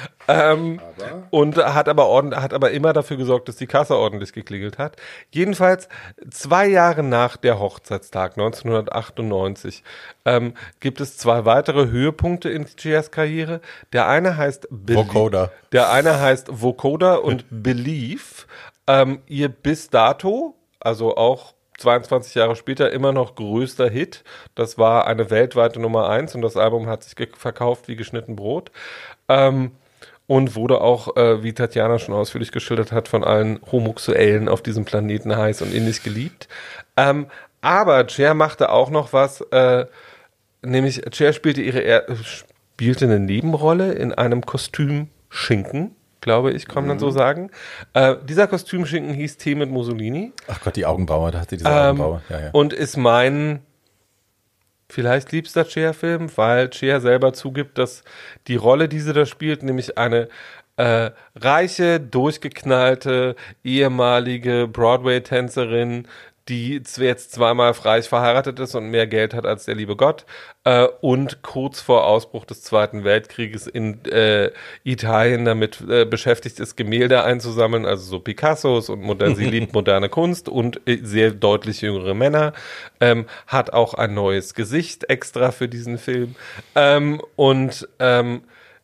Ähm, Aber? und hat aber ordentlich, hat aber immer dafür gesorgt, dass die Kasse ordentlich geklingelt hat. Jedenfalls zwei Jahre nach der Hochzeitstag neunzehnhundertachtundneunzig ähm, gibt es zwei weitere Höhepunkte in Chers Karriere. Der eine heißt Belie- Vocoder. Der eine heißt Vocoder und Believe. Ähm, ihr bis dato, also auch zweiundzwanzig Jahre später, immer noch größter Hit. Das war eine weltweite Nummer eins und das Album hat sich ge- verkauft wie geschnitten Brot. Ähm, Und wurde auch, äh, wie Tatjana schon ausführlich geschildert hat, von allen Homosexuellen auf diesem Planeten heiß und innig geliebt. Ähm, aber Cher machte auch noch was, äh, nämlich Cher spielte ihre er- spielte eine Nebenrolle in einem Kostümschinken, glaube ich, kann man so sagen. Äh, dieser Kostümschinken hieß Tee mit Mussolini. Ach Gott, die Augenbraue, da hat sie diese Ähm, Augenbraue. Ja, ja. Und ist mein vielleicht liebster Cher-Film, weil Cher selber zugibt, dass die Rolle, die sie da spielt, nämlich eine äh, reiche, durchgeknallte, ehemalige Broadway-Tänzerin, die zwar jetzt zweimal reich verheiratet ist und mehr Geld hat als der liebe Gott äh, und kurz vor Ausbruch des Zweiten Weltkrieges in äh, Italien damit äh, beschäftigt ist, Gemälde einzusammeln, also so Picassos und modern, sie liebt moderne Kunst und äh, sehr deutlich jüngere Männer, ähm, hat auch ein neues Gesicht extra für diesen Film ähm, und ähm,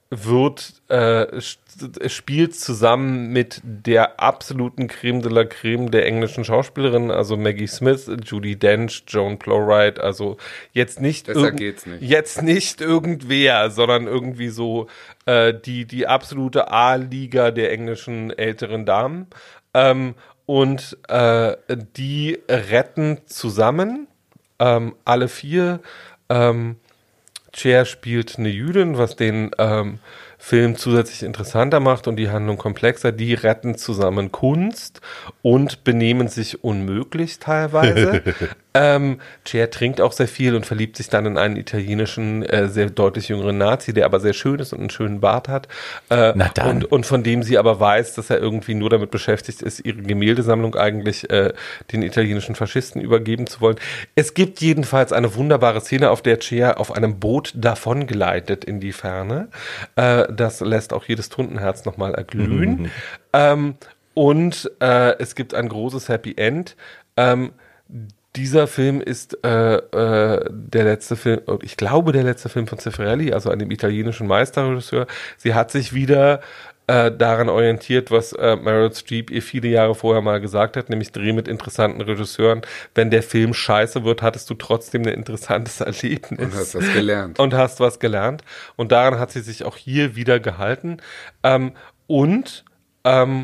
wird äh, spielt zusammen mit der absoluten Creme de la Creme der englischen Schauspielerinnen, also Maggie Smith, Judi Dench, Joan Plowright, also jetzt nicht, Besser irgend- geht's nicht. jetzt nicht irgendwer, sondern irgendwie so äh, die, die absolute A-Liga der englischen älteren Damen. Ähm, und äh, die retten zusammen, ähm, alle vier, ähm, Cher spielt eine Jüdin, was den ähm, Film zusätzlich interessanter macht und die Handlung komplexer. Die retten zusammen Kunst und benehmen sich unmöglich teilweise. ähm, Cher trinkt auch sehr viel und verliebt sich dann in einen italienischen, äh, sehr deutlich jüngeren Nazi, der aber sehr schön ist und einen schönen Bart hat. Äh, Na dann. Und, und von dem sie aber weiß, dass er irgendwie nur damit beschäftigt ist, ihre Gemäldesammlung eigentlich äh, den italienischen Faschisten übergeben zu wollen. Es gibt jedenfalls eine wunderbare Szene, auf der Cher auf einem Boot davon gleitet in die Ferne. Äh, das lässt auch jedes Tuntenherz nochmal erglühen. Mhm. Ähm, und äh, es gibt ein großes Happy End. Ähm, dieser Film ist äh, äh, der letzte Film, ich glaube der letzte Film von Zeffirelli, also einem italienischen Meisterregisseur. Sie hat sich wieder äh, daran orientiert, was äh, Meryl Streep ihr viele Jahre vorher mal gesagt hat, nämlich dreh mit interessanten Regisseuren. Wenn der Film scheiße wird, hattest du trotzdem ein interessantes Erlebnis. Und hast was gelernt. Und hast was gelernt. Und daran hat sie sich auch hier wieder gehalten. Ähm, und ähm,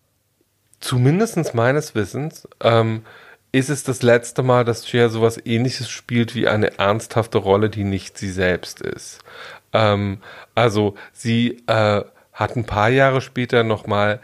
zumindest meines Wissens ähm, ist es das letzte Mal, dass Cher sowas Ähnliches spielt wie eine ernsthafte Rolle, die nicht sie selbst ist. Ähm, also sie äh, hat ein paar Jahre später nochmal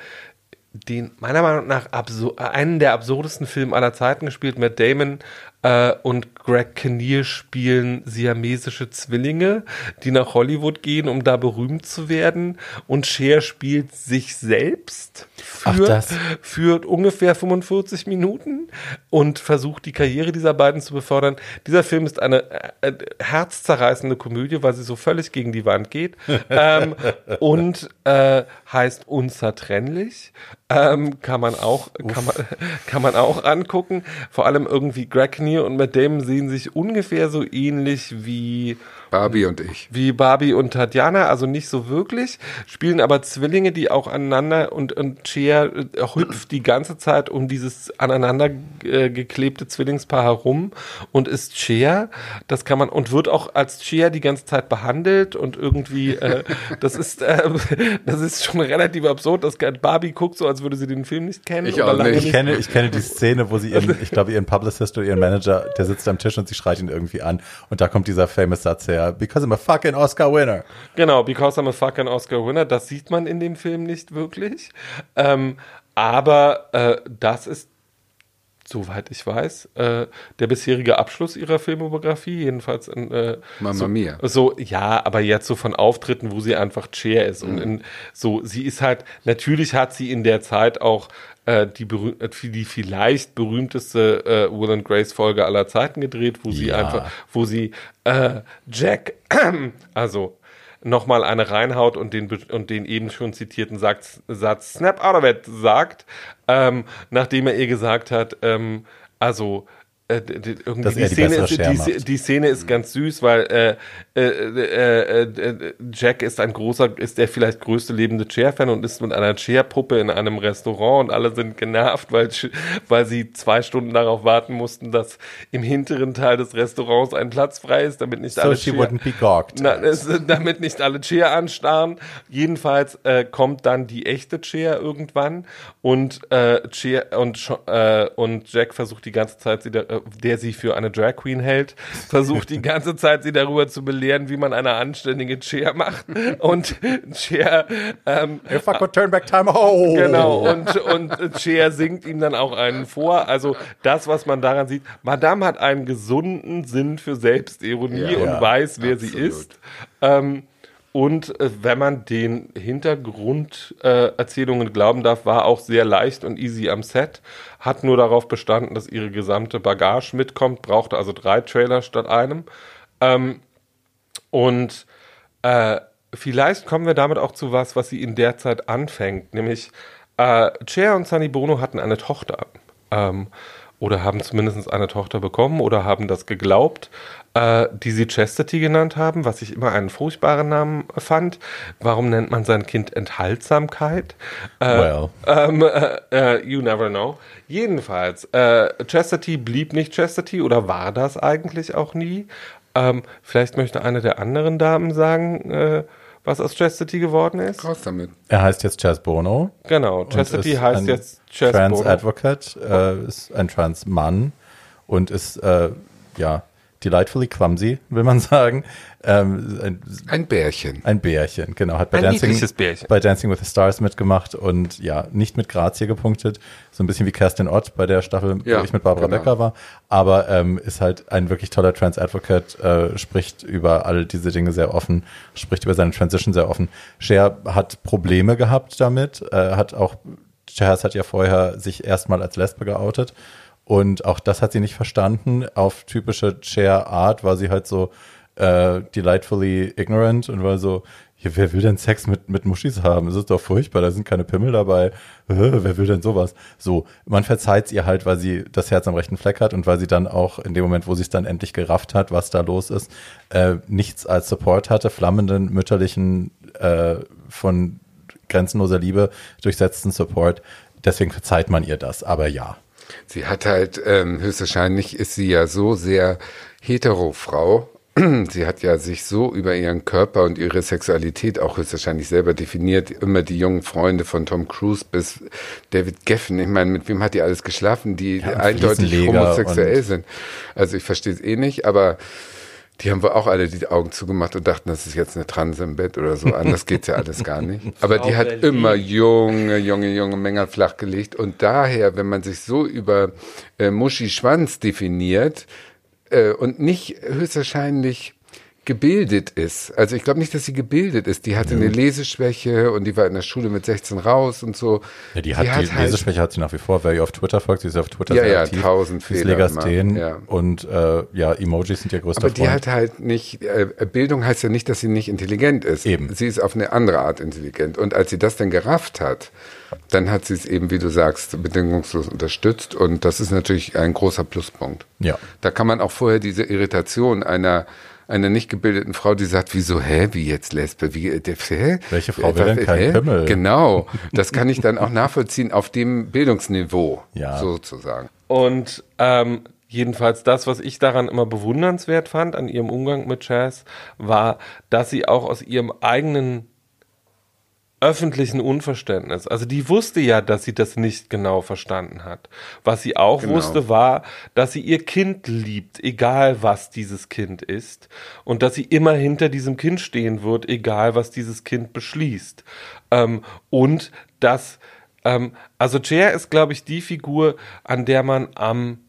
den, meiner Meinung nach, absur- einen der absurdesten Filme aller Zeiten gespielt. Matt Damon äh, und Greg Kinnear spielen siamesische Zwillinge, die nach Hollywood gehen, um da berühmt zu werden. Und Cher spielt sich selbst für, Ach, das. für ungefähr fünfundvierzig Minuten und versucht, die Karriere dieser beiden zu befördern. Dieser Film ist eine äh, herzzerreißende Komödie, weil sie so völlig gegen die Wand geht ähm, und äh, heißt Unzertrennlich. Ähm, kann man auch kann man, kann man auch angucken. Vor allem irgendwie Greg Kinnear und Matt Damon sehen sich ungefähr so ähnlich wie Barbie und ich. Wie Barbie und Tatjana, also nicht so wirklich, spielen aber Zwillinge, die auch aneinander und, und Cher äh, hüpft die ganze Zeit um dieses aneinander äh, geklebte Zwillingspaar herum und ist Cher, das kann man, und wird auch als Cher die ganze Zeit behandelt und irgendwie, äh, das ist äh, das ist schon relativ absurd, dass Barbie guckt so, als würde sie den Film nicht kennen. Ich auch lange nicht. Ich kenne, ich kenne die Szene, wo sie ihren, ich glaube, ihren Publicist oder ihren Manager, der sitzt am Tisch und sie schreit ihn irgendwie an und da kommt dieser famous Satz her, because I'm a fucking Oscar winner. Genau, because I'm a fucking Oscar winner. Das sieht man in dem Film nicht wirklich. Ähm, aber äh, das ist, soweit ich weiß, äh, der bisherige Abschluss ihrer Filmografie. Jedenfalls in, äh, Mamma so, Mia. So, ja, aber jetzt so von Auftritten, wo sie einfach Cher ist. Mhm. Und in, so, sie ist halt, natürlich hat sie in der Zeit auch äh, die, berüh- die vielleicht berühmteste äh, Will and Grace Folge aller Zeiten gedreht, wo sie Ja. einfach, wo sie äh, Jack, also nochmal eine reinhaut und den, und den eben schon zitierten Satz, Satz Snap out of it sagt, ähm, nachdem er ihr gesagt hat, ähm, also äh, d- irgendwie Dass die, er die Szene bessere ist, Cher die, macht. die Szene ist ganz süß, weil äh, äh, äh, äh, Jack ist ein großer, ist der vielleicht größte lebende Cher-Fan und ist mit einer Cher-Puppe in einem Restaurant und alle sind genervt, weil, weil sie zwei Stunden darauf warten mussten, dass im hinteren Teil des Restaurants ein Platz frei ist, damit nicht So alle she Cher, wouldn't be gawked. na, es, damit nicht alle Cher anstarren. Jedenfalls äh, kommt dann die echte Cher irgendwann und äh, Cher und Sch- äh, und Jack versucht die ganze Zeit, sie da, äh, der sie für eine Drag Queen hält, versucht die ganze Zeit, sie darüber zu belehren, wie man eine anständige Cher macht. Und Cher ähm, If I could turn back time, oh! Genau, und, und Cher singt ihm dann auch einen vor. Also das, was man daran sieht, Madame hat einen gesunden Sinn für Selbstironie Ja, und ja, weiß, wer absolut. sie ist. Ähm, und äh, wenn man den Hintergrunderzählungen äh, Erzählungen glauben darf, war auch sehr leicht und easy am Set. Hat nur darauf bestanden, dass ihre gesamte Bagage mitkommt, brauchte also drei Trailer statt einem. Ähm, und äh, vielleicht kommen wir damit auch zu was, was sie in der Zeit anfängt, nämlich äh, Cher und Sonny Bono hatten eine Tochter ähm, oder haben zumindest eine Tochter bekommen oder haben das geglaubt, äh, die sie Chastity genannt haben, was ich immer einen furchtbaren Namen fand. Warum nennt man sein Kind Enthaltsamkeit? Äh, Well. ähm, äh, äh, you never know. Jedenfalls, äh, Chastity blieb nicht Chastity oder war das eigentlich auch nie. Ähm, vielleicht möchte eine der anderen Damen sagen, äh, was aus Chastity geworden ist. Raus damit. Er heißt jetzt Chaz Bono. Genau, und Chastity ist heißt ein jetzt Chaz Trans Bono. Advocate, äh, ist ein Trans Mann und ist, äh, ja, delightfully clumsy, will man sagen. Ähm, ein, Ein Bärchen. ein Bärchen, genau. Hat bei Ein Dancing, niedliches Bärchen. bei Dancing with the Stars mitgemacht und ja, nicht mit Grazie gepunktet. So ein bisschen wie Kerstin Ott bei der Staffel, Ja, wo ich mit Barbara genau. Becker war. Aber ähm, ist halt ein wirklich toller Trans-Advocate, äh, spricht über all diese Dinge sehr offen, spricht über seine Transition sehr offen. Cher hat Probleme gehabt damit, äh, hat auch, Cher hat ja vorher sich erstmal als Lesbe geoutet. Und auch das hat sie nicht verstanden. Auf typische Cher-Art war sie halt so äh, delightfully ignorant und war so, ja, wer will denn Sex mit, mit Muschis haben? Das ist doch furchtbar, da sind keine Pimmel dabei. Äh, wer will denn sowas? So, man verzeiht ihr halt, weil sie das Herz am rechten Fleck hat und weil sie dann auch in dem Moment, wo sie es dann endlich gerafft hat, was da los ist, äh, nichts als Support hatte, flammenden, mütterlichen, äh, von grenzenloser Liebe durchsetzten Support. Deswegen verzeiht man ihr das, aber ja. Sie hat halt, ähm, höchstwahrscheinlich ist sie ja so sehr hetero-Frau. Sie hat ja sich so über ihren Körper und ihre Sexualität auch höchstwahrscheinlich selber definiert. Immer die jungen Freunde von Tom Cruise bis David Geffen. Ich meine, mit wem hat die alles geschlafen, die Ja, eindeutig Fliesenleger homosexuell sind? Also ich verstehe es eh nicht, aber die haben wohl auch alle die Augen zugemacht und dachten, das ist jetzt eine Transe im Bett oder so. Anders geht's ja alles gar nicht. Aber die hat immer junge, junge, junge Männer flachgelegt. Und daher, wenn man sich so über äh, Muschi-Schwanz definiert äh, und nicht höchstwahrscheinlich gebildet ist. Also ich glaube nicht, dass sie gebildet ist. Die hatte ja. eine Leseschwäche und die war in der Schule mit sechzehn raus und so. Ja, die hat die, hat die halt Leseschwäche hat sie nach wie vor. Wer ihr auf Twitter folgt, sie ist auf Twitter ja, sehr ja, aktiv. tausend sie ist Fehler Legasthен ja. und äh, ja, Emojis sind ihr größter Aber die Freund. hat halt nicht, äh, Bildung heißt ja nicht, dass sie nicht intelligent ist. Eben. Sie ist auf eine andere Art intelligent. Und als sie das dann gerafft hat, dann hat sie es eben, wie du sagst, bedingungslos unterstützt. Und das ist natürlich ein großer Pluspunkt. Ja. Da kann man auch vorher diese Irritation einer einer nicht gebildeten Frau, die sagt, wieso, hä, wie jetzt Lesbe, wie, der, hä? Welche Frau will denn kein Pimmel? Genau, das kann ich dann auch nachvollziehen auf dem Bildungsniveau, ja. sozusagen. Und ähm, jedenfalls das, was ich daran immer bewundernswert fand, an ihrem Umgang mit Chaz, war, dass sie auch aus ihrem eigenen öffentlichen Unverständnis. Also die wusste ja, dass sie das nicht genau verstanden hat. Was sie auch genau. wusste, war, dass sie ihr Kind liebt, egal was dieses Kind ist. Und dass sie immer hinter diesem Kind stehen wird, egal was dieses Kind beschließt. Ähm, und dass, ähm, also Cher ist, glaube ich, die Figur, an der man am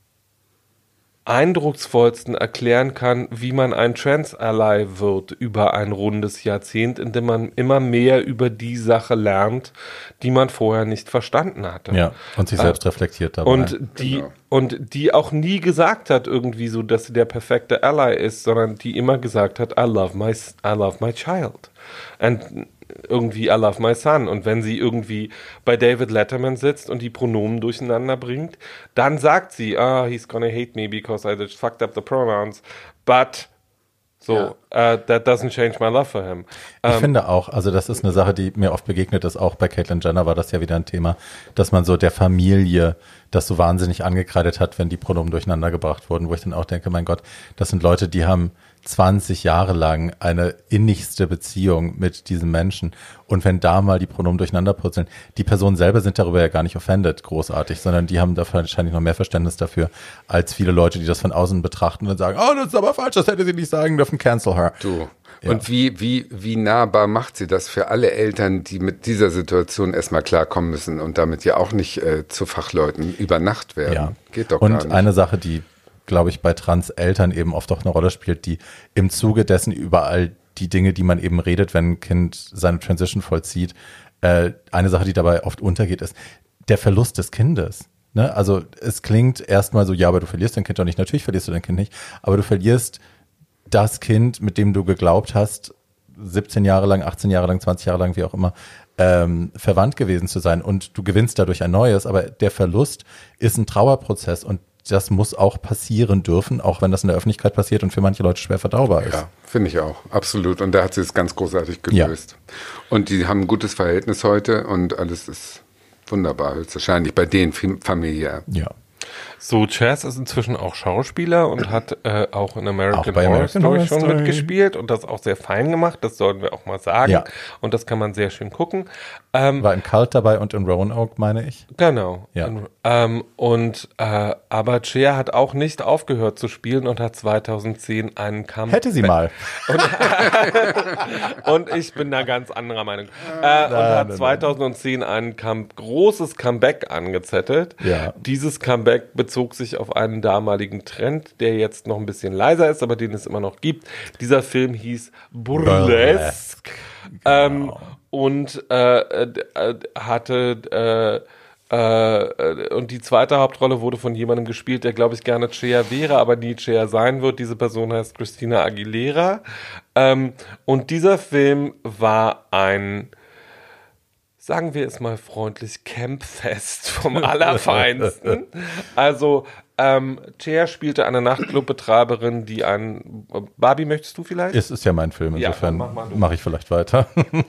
eindrucksvollsten erklären kann, wie man ein Trans-Ally wird über ein rundes Jahrzehnt, in dem man immer mehr über die Sache lernt, die man vorher nicht verstanden hatte. Ja, und sich selbst äh, reflektiert dabei. Und die, genau. und die auch nie gesagt hat irgendwie so, dass sie der perfekte Ally ist, sondern die immer gesagt hat, I love my, I love my child. And irgendwie I love my son. Und wenn sie irgendwie bei David Letterman sitzt und die Pronomen durcheinander bringt, dann sagt sie, ah, he's gonna hate me because I just fucked up the pronouns, but so, ja. uh, that doesn't change my love for him. Ich um, finde auch, also das ist eine Sache, die mir oft begegnet ist, auch bei Caitlyn Jenner war das ja wieder ein Thema, dass man so der Familie das so wahnsinnig angekreidet hat, wenn die Pronomen durcheinander gebracht wurden, wo ich dann auch denke, mein Gott, das sind Leute, die haben zwanzig Jahre lang eine innigste Beziehung mit diesen Menschen. Und wenn da mal die Pronomen durcheinander purzeln, die Personen selber sind darüber ja gar nicht offended, großartig, sondern die haben da wahrscheinlich noch mehr Verständnis dafür, als viele Leute, die das von außen betrachten und sagen, oh, das ist aber falsch, das hätte sie nicht sagen dürfen, cancel her. Du. Ja. Und wie, wie, wie nahbar macht sie das für alle Eltern, die mit dieser Situation erstmal klarkommen müssen und damit ja auch nicht äh, zu Fachleuten über Nacht werden? Ja. Geht doch und gar nicht. Und eine Sache, die glaube ich, bei Trans-Eltern eben oft auch eine Rolle spielt, die im Zuge dessen überall die Dinge, die man eben redet, wenn ein Kind seine Transition vollzieht, äh, eine Sache, die dabei oft untergeht, ist der Verlust des Kindes. Ne? Also es klingt erstmal so, ja, aber du verlierst dein Kind doch nicht. Natürlich verlierst du dein Kind nicht, aber du verlierst das Kind, mit dem du geglaubt hast, siebzehn Jahre lang, achtzehn Jahre lang, zwanzig Jahre lang, wie auch immer, ähm, verwandt gewesen zu sein. Und du gewinnst dadurch ein neues, aber der Verlust ist ein Trauerprozess und das muss auch passieren dürfen, auch wenn das in der Öffentlichkeit passiert und für manche Leute schwer verdaubar ist. Ja, finde ich auch, absolut. Und da hat sie es ganz großartig gelöst. Ja. Und die haben ein gutes Verhältnis heute und alles ist wunderbar, höchstwahrscheinlich bei denen familiär. Ja. So, Chaz ist inzwischen auch Schauspieler und hat äh, auch in American Horror American Story schon Story. mitgespielt und das auch sehr fein gemacht, das sollten wir auch mal sagen. Ja. Und das kann man sehr schön gucken. Ähm, War in Cult dabei und in Roanoke, meine ich. Genau. Ja. Ähm, und äh, aber Cher hat auch nicht aufgehört zu spielen und hat zweitausendzehn einen Comeback. Hätte sie mal. Und, und ich bin da ganz anderer Meinung. Äh, und hat zweitausendzehn ein Come- großes Comeback angezettelt. Ja. Dieses Comeback bezog sich auf einen damaligen Trend, der jetzt noch ein bisschen leiser ist, aber den es immer noch gibt. Dieser Film hieß Burlesque. Genau. Ähm, und äh, äh, hatte äh, äh, und die zweite Hauptrolle wurde von jemandem gespielt, der, glaube ich, gerne Cher wäre, aber nie Cher sein wird. Diese Person heißt Christina Aguilera. Ähm, und dieser Film war ein, sagen wir es mal freundlich, Campfest vom Allerfeinsten. Also Ähm, Cher spielte eine Nachtclubbetreiberin, die ein Barbie, möchtest du vielleicht? Es ist ja mein Film, insofern ja, mach mache ich vielleicht weiter.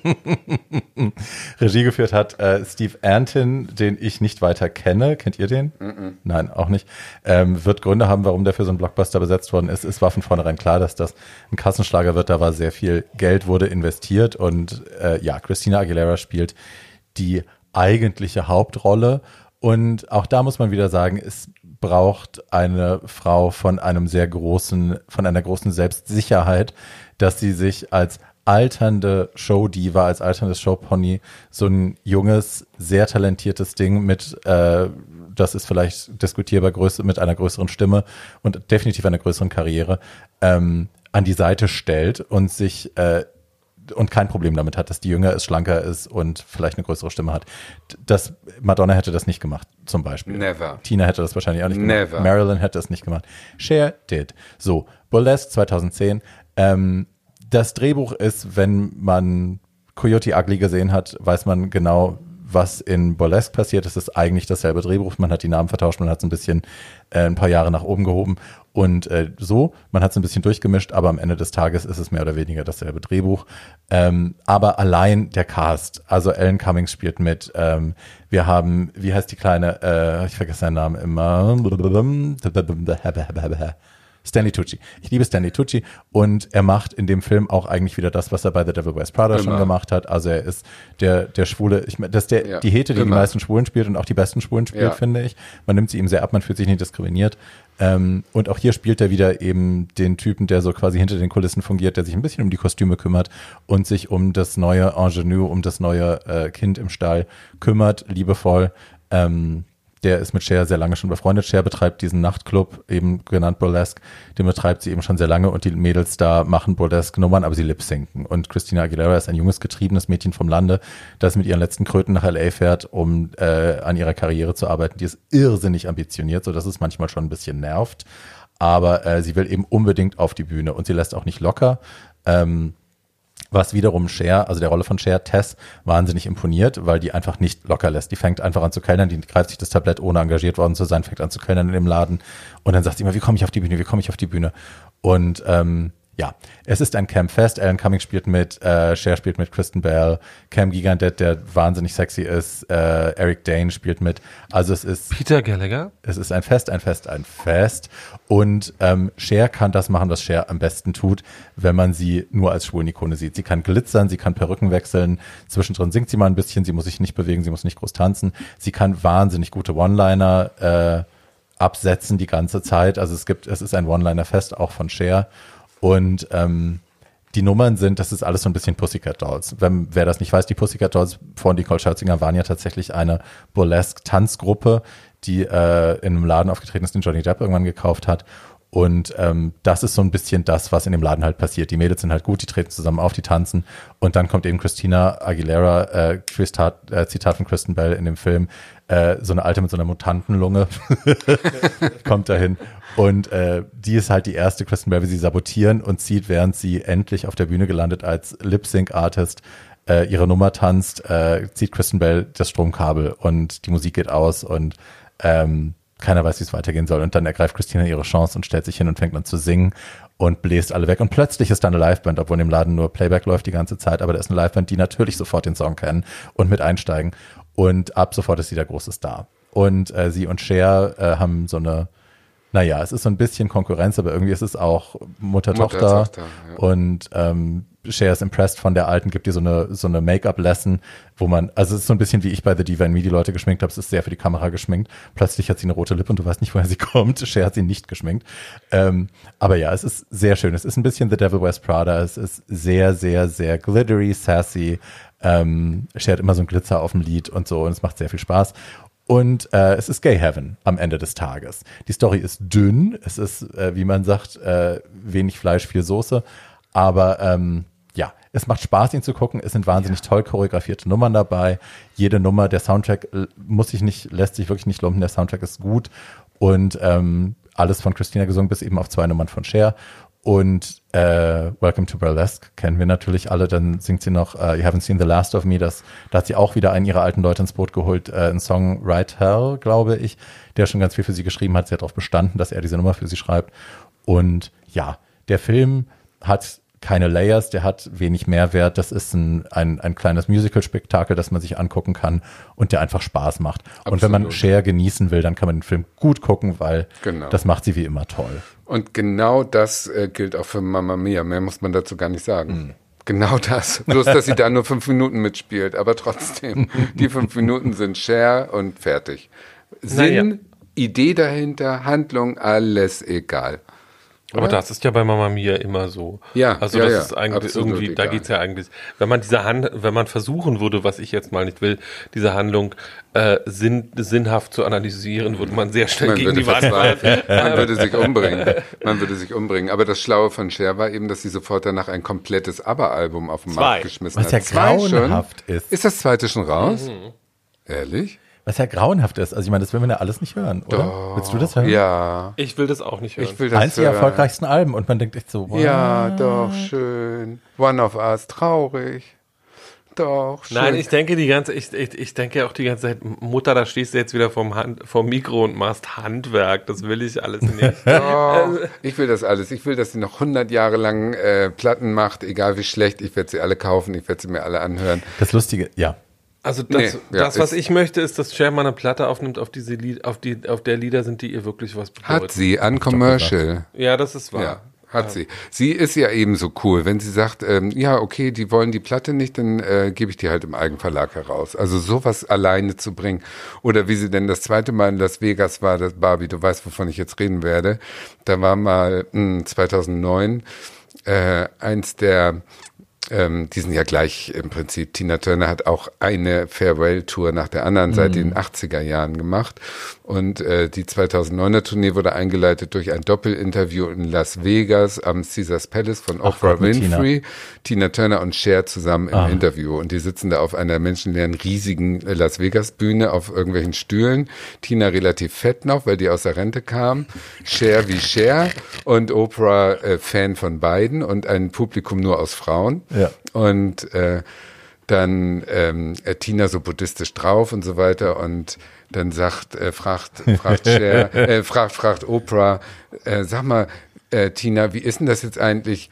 Regie geführt hat äh, Steve Antin, den ich nicht weiter kenne. Kennt ihr den? Mm-mm. Nein, auch nicht. Ähm, wird Gründe haben, warum der für so einen Blockbuster besetzt worden ist. Es war von vornherein klar, dass das ein Kassenschlager wird. Da war sehr viel Geld, wurde investiert und äh, ja, Christina Aguilera spielt die eigentliche Hauptrolle. Und auch da muss man wieder sagen, es braucht eine Frau von einem sehr großen, von einer großen Selbstsicherheit, dass sie sich als alternde Showdiva, als alterndes Showpony so ein junges, sehr talentiertes Ding mit, äh, das ist vielleicht diskutierbar, größer, mit einer größeren Stimme und definitiv einer größeren Karriere, ähm, an die Seite stellt und sich äh, und kein Problem damit hat, dass die jünger ist, schlanker ist und vielleicht eine größere Stimme hat. Das, Madonna hätte das nicht gemacht, zum Beispiel. Never. Tina hätte das wahrscheinlich auch nicht Never. gemacht. Marilyn hätte das nicht gemacht. Cher did. So, Burlesque zweitausendzehn. Ähm, das Drehbuch ist, wenn man Coyote Ugly gesehen hat, weiß man genau, was in Burlesque passiert. Es ist eigentlich dasselbe Drehbuch. Man hat die Namen vertauscht, man hat es ein bisschen äh, ein paar Jahre nach oben gehoben. Und äh, so, man hat es ein bisschen durchgemischt, aber am Ende des Tages ist es mehr oder weniger dasselbe Drehbuch. Ähm, aber allein der Cast, also Alan Cummings spielt mit, ähm, wir haben, wie heißt die kleine, äh, ich vergesse seinen Namen immer, Stanley Tucci. Ich liebe Stanley Tucci und er macht in dem Film auch eigentlich wieder das, was er bei The Devil Wears Prada immer schon gemacht hat. Also er ist der der Schwule, ich meine, das ist der ja, die Hete, die immer. die meisten Schwulen spielt und auch die besten Schwulen spielt, ja. finde ich. Man nimmt sie ihm sehr ab, man fühlt sich nicht diskriminiert. Ähm, und auch hier spielt er wieder eben den Typen, der so quasi hinter den Kulissen fungiert, der sich ein bisschen um die Kostüme kümmert und sich um das neue Ingenue, um das neue äh, Kind im Stall kümmert, liebevoll. Ähm, Der ist mit Cher sehr lange schon befreundet. Cher betreibt diesen Nachtclub, eben genannt Burlesque. Den betreibt sie eben schon sehr lange und die Mädels da machen Burlesque-Nummern, aber sie lip-sinken. Und Christina Aguilera ist ein junges, getriebenes Mädchen vom Lande, das mit ihren letzten Kröten nach L A fährt, um äh, an ihrer Karriere zu arbeiten. Die ist irrsinnig ambitioniert, sodass es manchmal schon ein bisschen nervt. Aber äh, sie will eben unbedingt auf die Bühne und sie lässt auch nicht locker. Ähm, Was wiederum Cher, also der Rolle von Cher, Tess, wahnsinnig imponiert, weil die einfach nicht locker lässt. Die fängt einfach an zu kellnern, die greift sich das Tablett, ohne engagiert worden zu sein, fängt an zu kellnern in dem Laden und dann sagt sie immer, wie komme ich auf die Bühne, wie komme ich auf die Bühne? Und ähm, ja, es ist ein Campfest. Alan Cummings spielt mit, äh, Cher spielt mit, Kristen Bell, Cam Gigandet, der wahnsinnig sexy ist, äh, Eric Dane spielt mit. Also es ist Peter Gallagher. Es ist ein Fest, ein Fest, ein Fest. Und ähm, Cher kann das machen, was Cher am besten tut, wenn man sie nur als Schwulenikone sieht. Sie kann glitzern, sie kann Perücken wechseln. Zwischendrin singt sie mal ein bisschen, sie muss sich nicht bewegen, sie muss nicht groß tanzen. Sie kann wahnsinnig gute One-Liner äh, absetzen die ganze Zeit. Also es gibt, es ist ein One-Liner-Fest auch von Cher. Und ähm, die Nummern sind, das ist alles so ein bisschen Pussycat Dolls. Wenn, wer das nicht weiß, die Pussycat Dolls von Nicole Scherzinger waren ja tatsächlich eine Burlesque-Tanzgruppe, die äh, in einem Laden aufgetreten ist, den Johnny Depp irgendwann gekauft hat. Und ähm, das ist so ein bisschen das, was in dem Laden halt passiert. Die Mädels sind halt gut, die treten zusammen auf, die tanzen. Und dann kommt eben Christina Aguilera, äh, Zitat, äh, Zitat von Kristen Bell in dem Film, äh, so eine Alte mit so einer Mutantenlunge kommt dahin. Und äh, die ist halt die erste Kristen Bell, wie sie sabotieren und zieht, während sie endlich auf der Bühne gelandet als Lip-Sync-Artist äh, ihre Nummer tanzt, äh, zieht Kristen Bell das Stromkabel und die Musik geht aus und ähm, keiner weiß, wie es weitergehen soll. Und dann ergreift Christina ihre Chance und stellt sich hin und fängt an zu singen und bläst alle weg. Und plötzlich ist da eine Liveband, obwohl in dem Laden nur Playback läuft die ganze Zeit. Aber da ist eine Liveband, die natürlich sofort den Song kennen und mit einsteigen. Und ab sofort ist sie der große Star. Und äh, sie und Cher äh, haben so eine, naja, es ist so ein bisschen Konkurrenz, aber irgendwie ist es auch Mutter-Tochter. Mutter-Tochter, ja. Und ähm, Cher ist impressed von der Alten, gibt ihr so eine so eine Make-up-Lesson, wo man, also es ist so ein bisschen wie ich bei The Diva and Me die Leute geschminkt habe, es ist sehr für die Kamera geschminkt. Plötzlich hat sie eine rote Lippe und du weißt nicht, woher sie kommt. Cher hat sie nicht geschminkt. Ähm, aber ja, es ist sehr schön. Es ist ein bisschen The Devil Wears Prada. Es ist sehr, sehr, sehr glittery, sassy. Ähm, Cher hat immer so ein Glitzer auf dem Lied und so und es macht sehr viel Spaß. Und äh, es ist Gay Heaven am Ende des Tages. Die Story ist dünn, es ist, äh, wie man sagt, äh, wenig Fleisch, viel Soße. Aber ähm, ja, es macht Spaß, ihn zu gucken. Es sind wahnsinnig toll choreografierte Nummern dabei. Jede Nummer, der Soundtrack äh, muss sich nicht, lässt sich wirklich nicht lumpen. Der Soundtrack ist gut und ähm, alles von Christina gesungen, bis eben auf zwei Nummern von Cher. Und äh, Welcome to Burlesque kennen wir natürlich alle. Dann singt sie noch uh, You Haven't Seen the Last of Me. Das, da hat sie auch wieder einen ihrer alten Leute ins Boot geholt. Äh, einen Song Right Hell, glaube ich, der schon ganz viel für sie geschrieben hat. Sie hat darauf bestanden, dass er diese Nummer für sie schreibt. Und ja, der Film hat keine Layers, der hat wenig Mehrwert. Das ist ein, ein, ein kleines Musical-Spektakel, das man sich angucken kann und der einfach Spaß macht. Absolut. Und wenn man Cher genießen will, dann kann man den Film gut gucken, weil genau. das macht sie wie immer toll. Und genau das äh, gilt auch für Mamma Mia. Mehr muss man dazu gar nicht sagen. Mhm. Genau das. Bloß, dass sie da nur fünf Minuten mitspielt. Aber trotzdem, die fünf Minuten sind Cher und fertig. Sinn, naja. Idee dahinter, Handlung, alles egal. Aber oder? Das ist ja bei Mama Mia immer so. Ja, also ja, das ja, ist eigentlich irgendwie, egal. Da geht's ja eigentlich, wenn man diese Hand, wenn man versuchen würde, was ich jetzt mal nicht will, diese Handlung äh, sinn, sinnhaft zu analysieren, würde man sehr schnell man gegen die Wand fallen. Man würde sich umbringen. Man würde sich umbringen. Aber das Schlaue von Cher war eben, dass sie sofort danach ein komplettes ABBA-Album auf den Zwei. Markt geschmissen was hat. Was ja grauenhaft ist. Ist das zweite schon raus? Mhm. Ehrlich? Was ja grauenhaft ist. Also ich meine, das will man ja alles nicht hören, oder? Doch, willst du das hören? Ja. Ich will das auch nicht hören. Ich will das Eins der erfolgreichsten Alben und man denkt echt so, wow. Ja, doch, schön. One of Us, traurig. Doch, schön. Nein, ich denke die ganze, ich, ich, ich denke auch die ganze Zeit, Mutter, da stehst du jetzt wieder vom, Hand, vom Mikro und machst Handwerk. Das will ich alles nicht. Doch, ich will das alles. Ich will, dass sie noch hundert Jahre lang äh, Platten macht, egal wie schlecht. Ich werde sie alle kaufen, ich werde sie mir alle anhören. Das Lustige, ja. Also das, nee, ja, das was ich möchte, ist, dass Cher mal eine Platte aufnimmt, auf diese Lied, auf die, auf der Lieder sind, die ihr wirklich was bedeuten. Hat sie, an Commercial. Ja, das ist wahr. Ja, hat ja. sie. Sie ist ja ebenso cool. Wenn sie sagt, ähm, ja, okay, die wollen die Platte nicht, dann äh, gebe ich die halt im Eigenverlag heraus. Also sowas alleine zu bringen. Oder wie sie denn das zweite Mal in Las Vegas war, das Barbie, du weißt, wovon ich jetzt reden werde. Da war mal mh, zweitausendneun äh, eins der Ähm, die sind ja gleich im Prinzip. Tina Turner hat auch eine Farewell-Tour nach der anderen seit mhm. den achtziger Jahren gemacht. Und äh, die zweitausenddeuner Tournee wurde eingeleitet durch ein Doppelinterview in Las Vegas am Caesars Palace von Ach, Oprah Winfrey. Tina. Tina Turner und Cher zusammen im ah. Interview. Und die sitzen da auf einer menschenleeren, riesigen Las Vegas-Bühne auf irgendwelchen Stühlen. Tina relativ fett noch, weil die aus der Rente kam. Cher wie Cher. Und Oprah äh, Fan von beiden und ein Publikum nur aus Frauen. Ja. Und äh, dann ähm, äh, Tina so buddhistisch drauf und so weiter und dann sagt, äh, fragt, fragt Cher, äh, fragt, fragt Oprah, äh, sag mal, äh, Tina, wie ist denn das jetzt eigentlich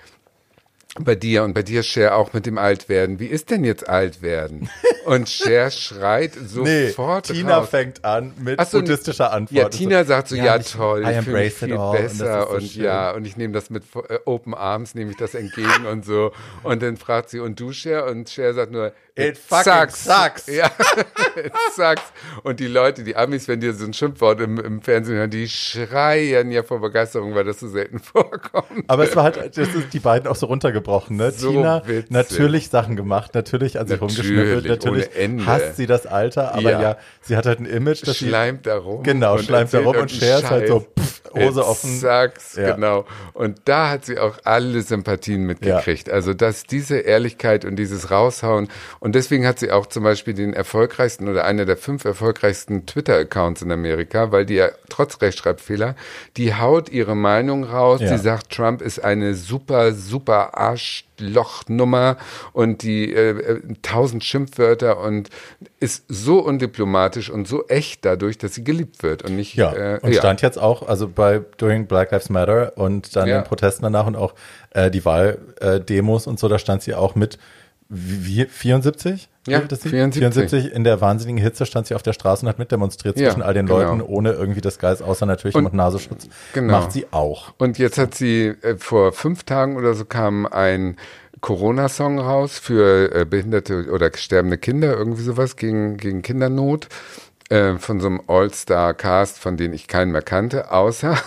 bei dir und bei dir, Cher, auch mit dem Altwerden? Wie ist denn jetzt Altwerden? Und Cher schreit sofort nee, Tina raus. fängt an mit so, buddhistischer Antwort. Ja, Tina so, sagt so, ja, ja ich, toll, I ich fühle mich viel besser und, und so ja, und ich nehme das mit äh, Open Arms, nehme ich das entgegen und so. Und dann fragt sie, und du, Cher? Und Cher sagt nur, It fucking sucks. sucks. Ja, it sucks. Und die Leute, die Amis, wenn die so ein Schimpfwort im, im Fernsehen hören, die schreien ja vor Begeisterung, weil das so selten vorkommt. Aber es war halt, das ist die beiden auch so runtergebrochen, ne? So Tina, witzig. Natürlich Sachen gemacht, natürlich an sich rumgeschnüffelt, natürlich hasst sie das Alter, aber ja, ja sie hat halt ein Image, das schleimt da rum. Genau, schleimt da rum und Cher ist halt so, pff, Hose it offen. Sucks, ja. Genau. Und da hat sie auch alle Sympathien mitgekriegt. Ja. Also, dass diese Ehrlichkeit und dieses Raushauen und deswegen hat sie auch zum Beispiel den erfolgreichsten oder einer der fünf erfolgreichsten Twitter-Accounts in Amerika, weil die ja trotz Rechtschreibfehler, die haut ihre Meinung raus. Ja. Sie sagt, Trump ist eine super, super Arschlochnummer und die äh, tausend Schimpfwörter und ist so undiplomatisch und so echt dadurch, dass sie geliebt wird und nicht. Ja, äh, und ja. stand jetzt auch, also bei During Black Lives Matter und dann Ja. den Protesten danach und auch äh, die Wahldemos und so, da stand sie auch mit wie, vierundsiebzig? Ja, das sie? vierundsiebzig. vierundsiebzig in der wahnsinnigen Hitze stand sie auf der Straße und hat mitdemonstriert Ja, zwischen all den genau. Leuten, ohne irgendwie das Geist, außer natürlich Und- mit Nasenschutz. genau. Macht sie auch. Und jetzt hat sie äh, vor fünf Tagen oder so kam ein Corona-Song raus für äh, behinderte oder sterbende Kinder, irgendwie sowas gegen, gegen Kindernot. Äh, von so einem All-Star-Cast, von denen ich keinen mehr kannte, außer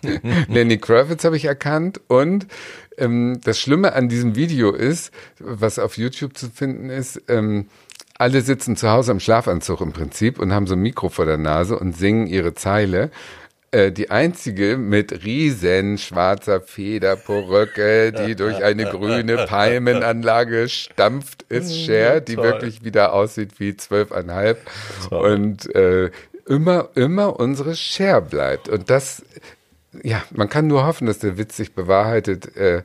Lenny Kravitz habe ich erkannt. Und ähm, das Schlimme an diesem Video ist, was auf YouTube zu finden ist, ähm, alle sitzen zu Hause im Schlafanzug im Prinzip und haben so ein Mikro vor der Nase und singen ihre Zeile. Äh, die einzige mit riesen schwarzer Federperücke, die durch eine grüne Palmenanlage stampft, ist Cher, die Toll. wirklich wieder aussieht wie zwölfeinhalb und äh, immer, immer unsere Cher bleibt. Und das ja, man kann nur hoffen, dass der Witz sich bewahrheitet. Äh,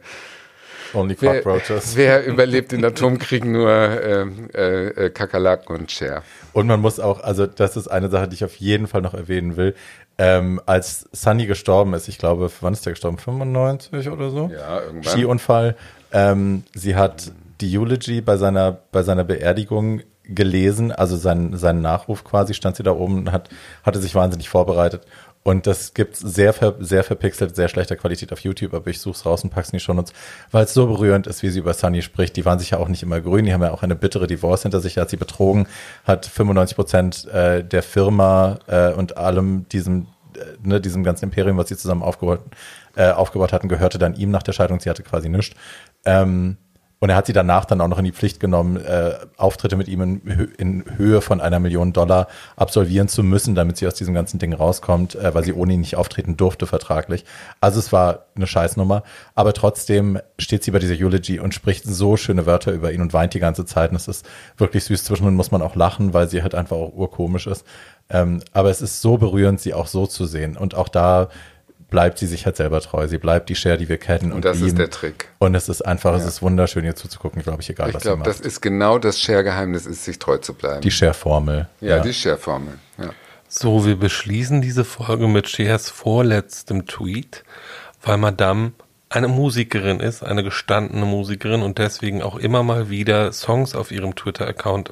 Only wer, cockroaches. Wer überlebt den Atomkrieg? Nur äh, äh, Kakerlaken und Cher. Und man muss auch, also das ist eine Sache, die ich auf jeden Fall noch erwähnen will. Ähm, als Sunny gestorben ist, ich glaube, wann ist der gestorben? fünfundneunzig oder so? Ja, irgendwann. Skiunfall. Ähm, sie hat die Eulogy bei seiner, bei seiner Beerdigung gelesen, also seinen, seinen Nachruf quasi, stand sie da oben und hat, hatte sich wahnsinnig vorbereitet. Und das gibt's sehr, ver, sehr verpixelt, sehr schlechter Qualität auf YouTube, aber ich suche es raus und pack's in die Shownotes, weil es so berührend ist, wie sie über Sunny spricht. Die waren sich ja auch nicht immer grün, die haben ja auch eine bittere Divorce hinter sich, hat sie betrogen, hat fünfundneunzig Prozent äh, der Firma äh, und allem diesem, äh, ne, diesem ganzen Imperium, was sie zusammen aufgebaut, äh, aufgebaut hatten, gehörte dann ihm nach der Scheidung, sie hatte quasi nichts. Ähm, Und er hat sie danach dann auch noch in die Pflicht genommen, äh, Auftritte mit ihm in, in Höhe von einer Million Dollar absolvieren zu müssen, damit sie aus diesem ganzen Ding rauskommt, äh, weil sie ohne ihn nicht auftreten durfte vertraglich. Also es war eine Scheißnummer, aber trotzdem steht sie bei dieser Eulogy und spricht so schöne Wörter über ihn und weint die ganze Zeit. Und es ist wirklich süß. Zwischendurch muss man auch lachen, weil sie halt einfach auch urkomisch ist. Ähm, aber es ist so berührend, sie auch so zu sehen. Und auch da bleibt sie sich halt selber treu. Sie bleibt die Cher, die wir kennen. Und, und das lieben. ist der Trick. Und es ist einfach, ja. es ist wunderschön, ihr zuzugucken, glaube ich, egal, ich was glaub, sie macht. Das ist genau das Cher-Geheimnis, ist, sich treu zu bleiben. Die Cher-Formel. Ja, ja, die Cher-Formel, ja. So, wir beschließen diese Folge mit Chers vorletztem Tweet, weil Madame eine Musikerin ist, eine gestandene Musikerin und deswegen auch immer mal wieder Songs auf ihrem Twitter-Account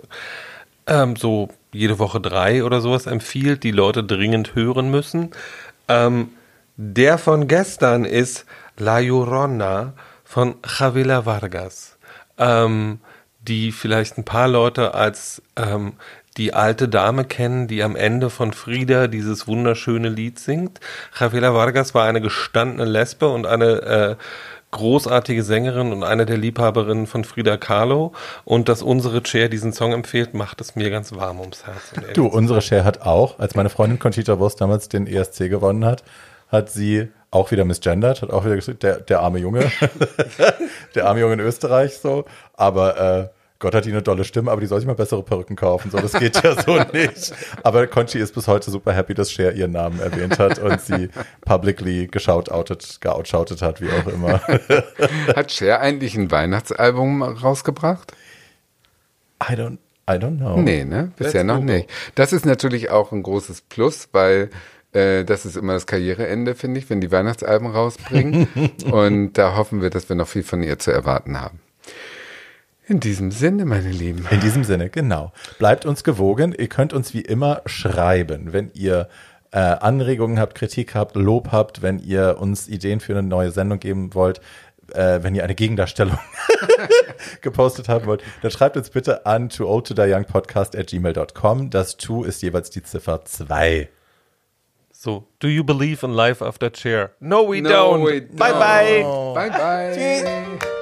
ähm, so jede Woche drei oder sowas empfiehlt, die Leute dringend hören müssen. Ähm, Der von gestern ist La Llorona von Chavela Vargas, ähm, die vielleicht ein paar Leute als ähm, die alte Dame kennen, die am Ende von Frida dieses wunderschöne Lied singt. Chavela Vargas war eine gestandene Lesbe und eine äh, großartige Sängerin und eine der Liebhaberinnen von Frida Kahlo. Und dass unsere Cher diesen Song empfiehlt, macht es mir ganz warm ums Herz. Du, unsere Cher hat auch, als meine Freundin Conchita Wurst damals den E S C gewonnen hat, hat sie auch wieder misgendert, hat auch wieder gesagt, der, der arme Junge, der arme Junge in Österreich, so, aber äh, Gott hat ihnen eine dolle Stimme, aber die soll sich mal bessere Perücken kaufen, so, das geht ja so nicht. Aber Conchi ist bis heute super happy, dass Cher ihren Namen erwähnt hat und sie publicly geshoutoutet, geoutshoutet hat, wie auch immer. Hat Cher eigentlich ein Weihnachtsalbum rausgebracht? I don't, I don't know. Nee, ne? Bisher noch nicht. Das ist natürlich auch ein großes Plus, weil äh, das ist immer das Karriereende, finde ich, wenn die Weihnachtsalben rausbringen. Und da hoffen wir, dass wir noch viel von ihr zu erwarten haben. In diesem Sinne, meine Lieben. In diesem Sinne, genau. Bleibt uns gewogen. Ihr könnt uns wie immer schreiben, wenn ihr äh, Anregungen habt, Kritik habt, Lob habt, wenn ihr uns Ideen für eine neue Sendung geben wollt, äh, wenn ihr eine Gegendarstellung gepostet haben wollt, dann schreibt uns bitte an too old to die young podcast at gmail dot com. Das to ist jeweils die Ziffer zwei. So, do you believe in life after Cher? No, we No, don't. we don't. Bye, bye. Bye, bye. Tschüss.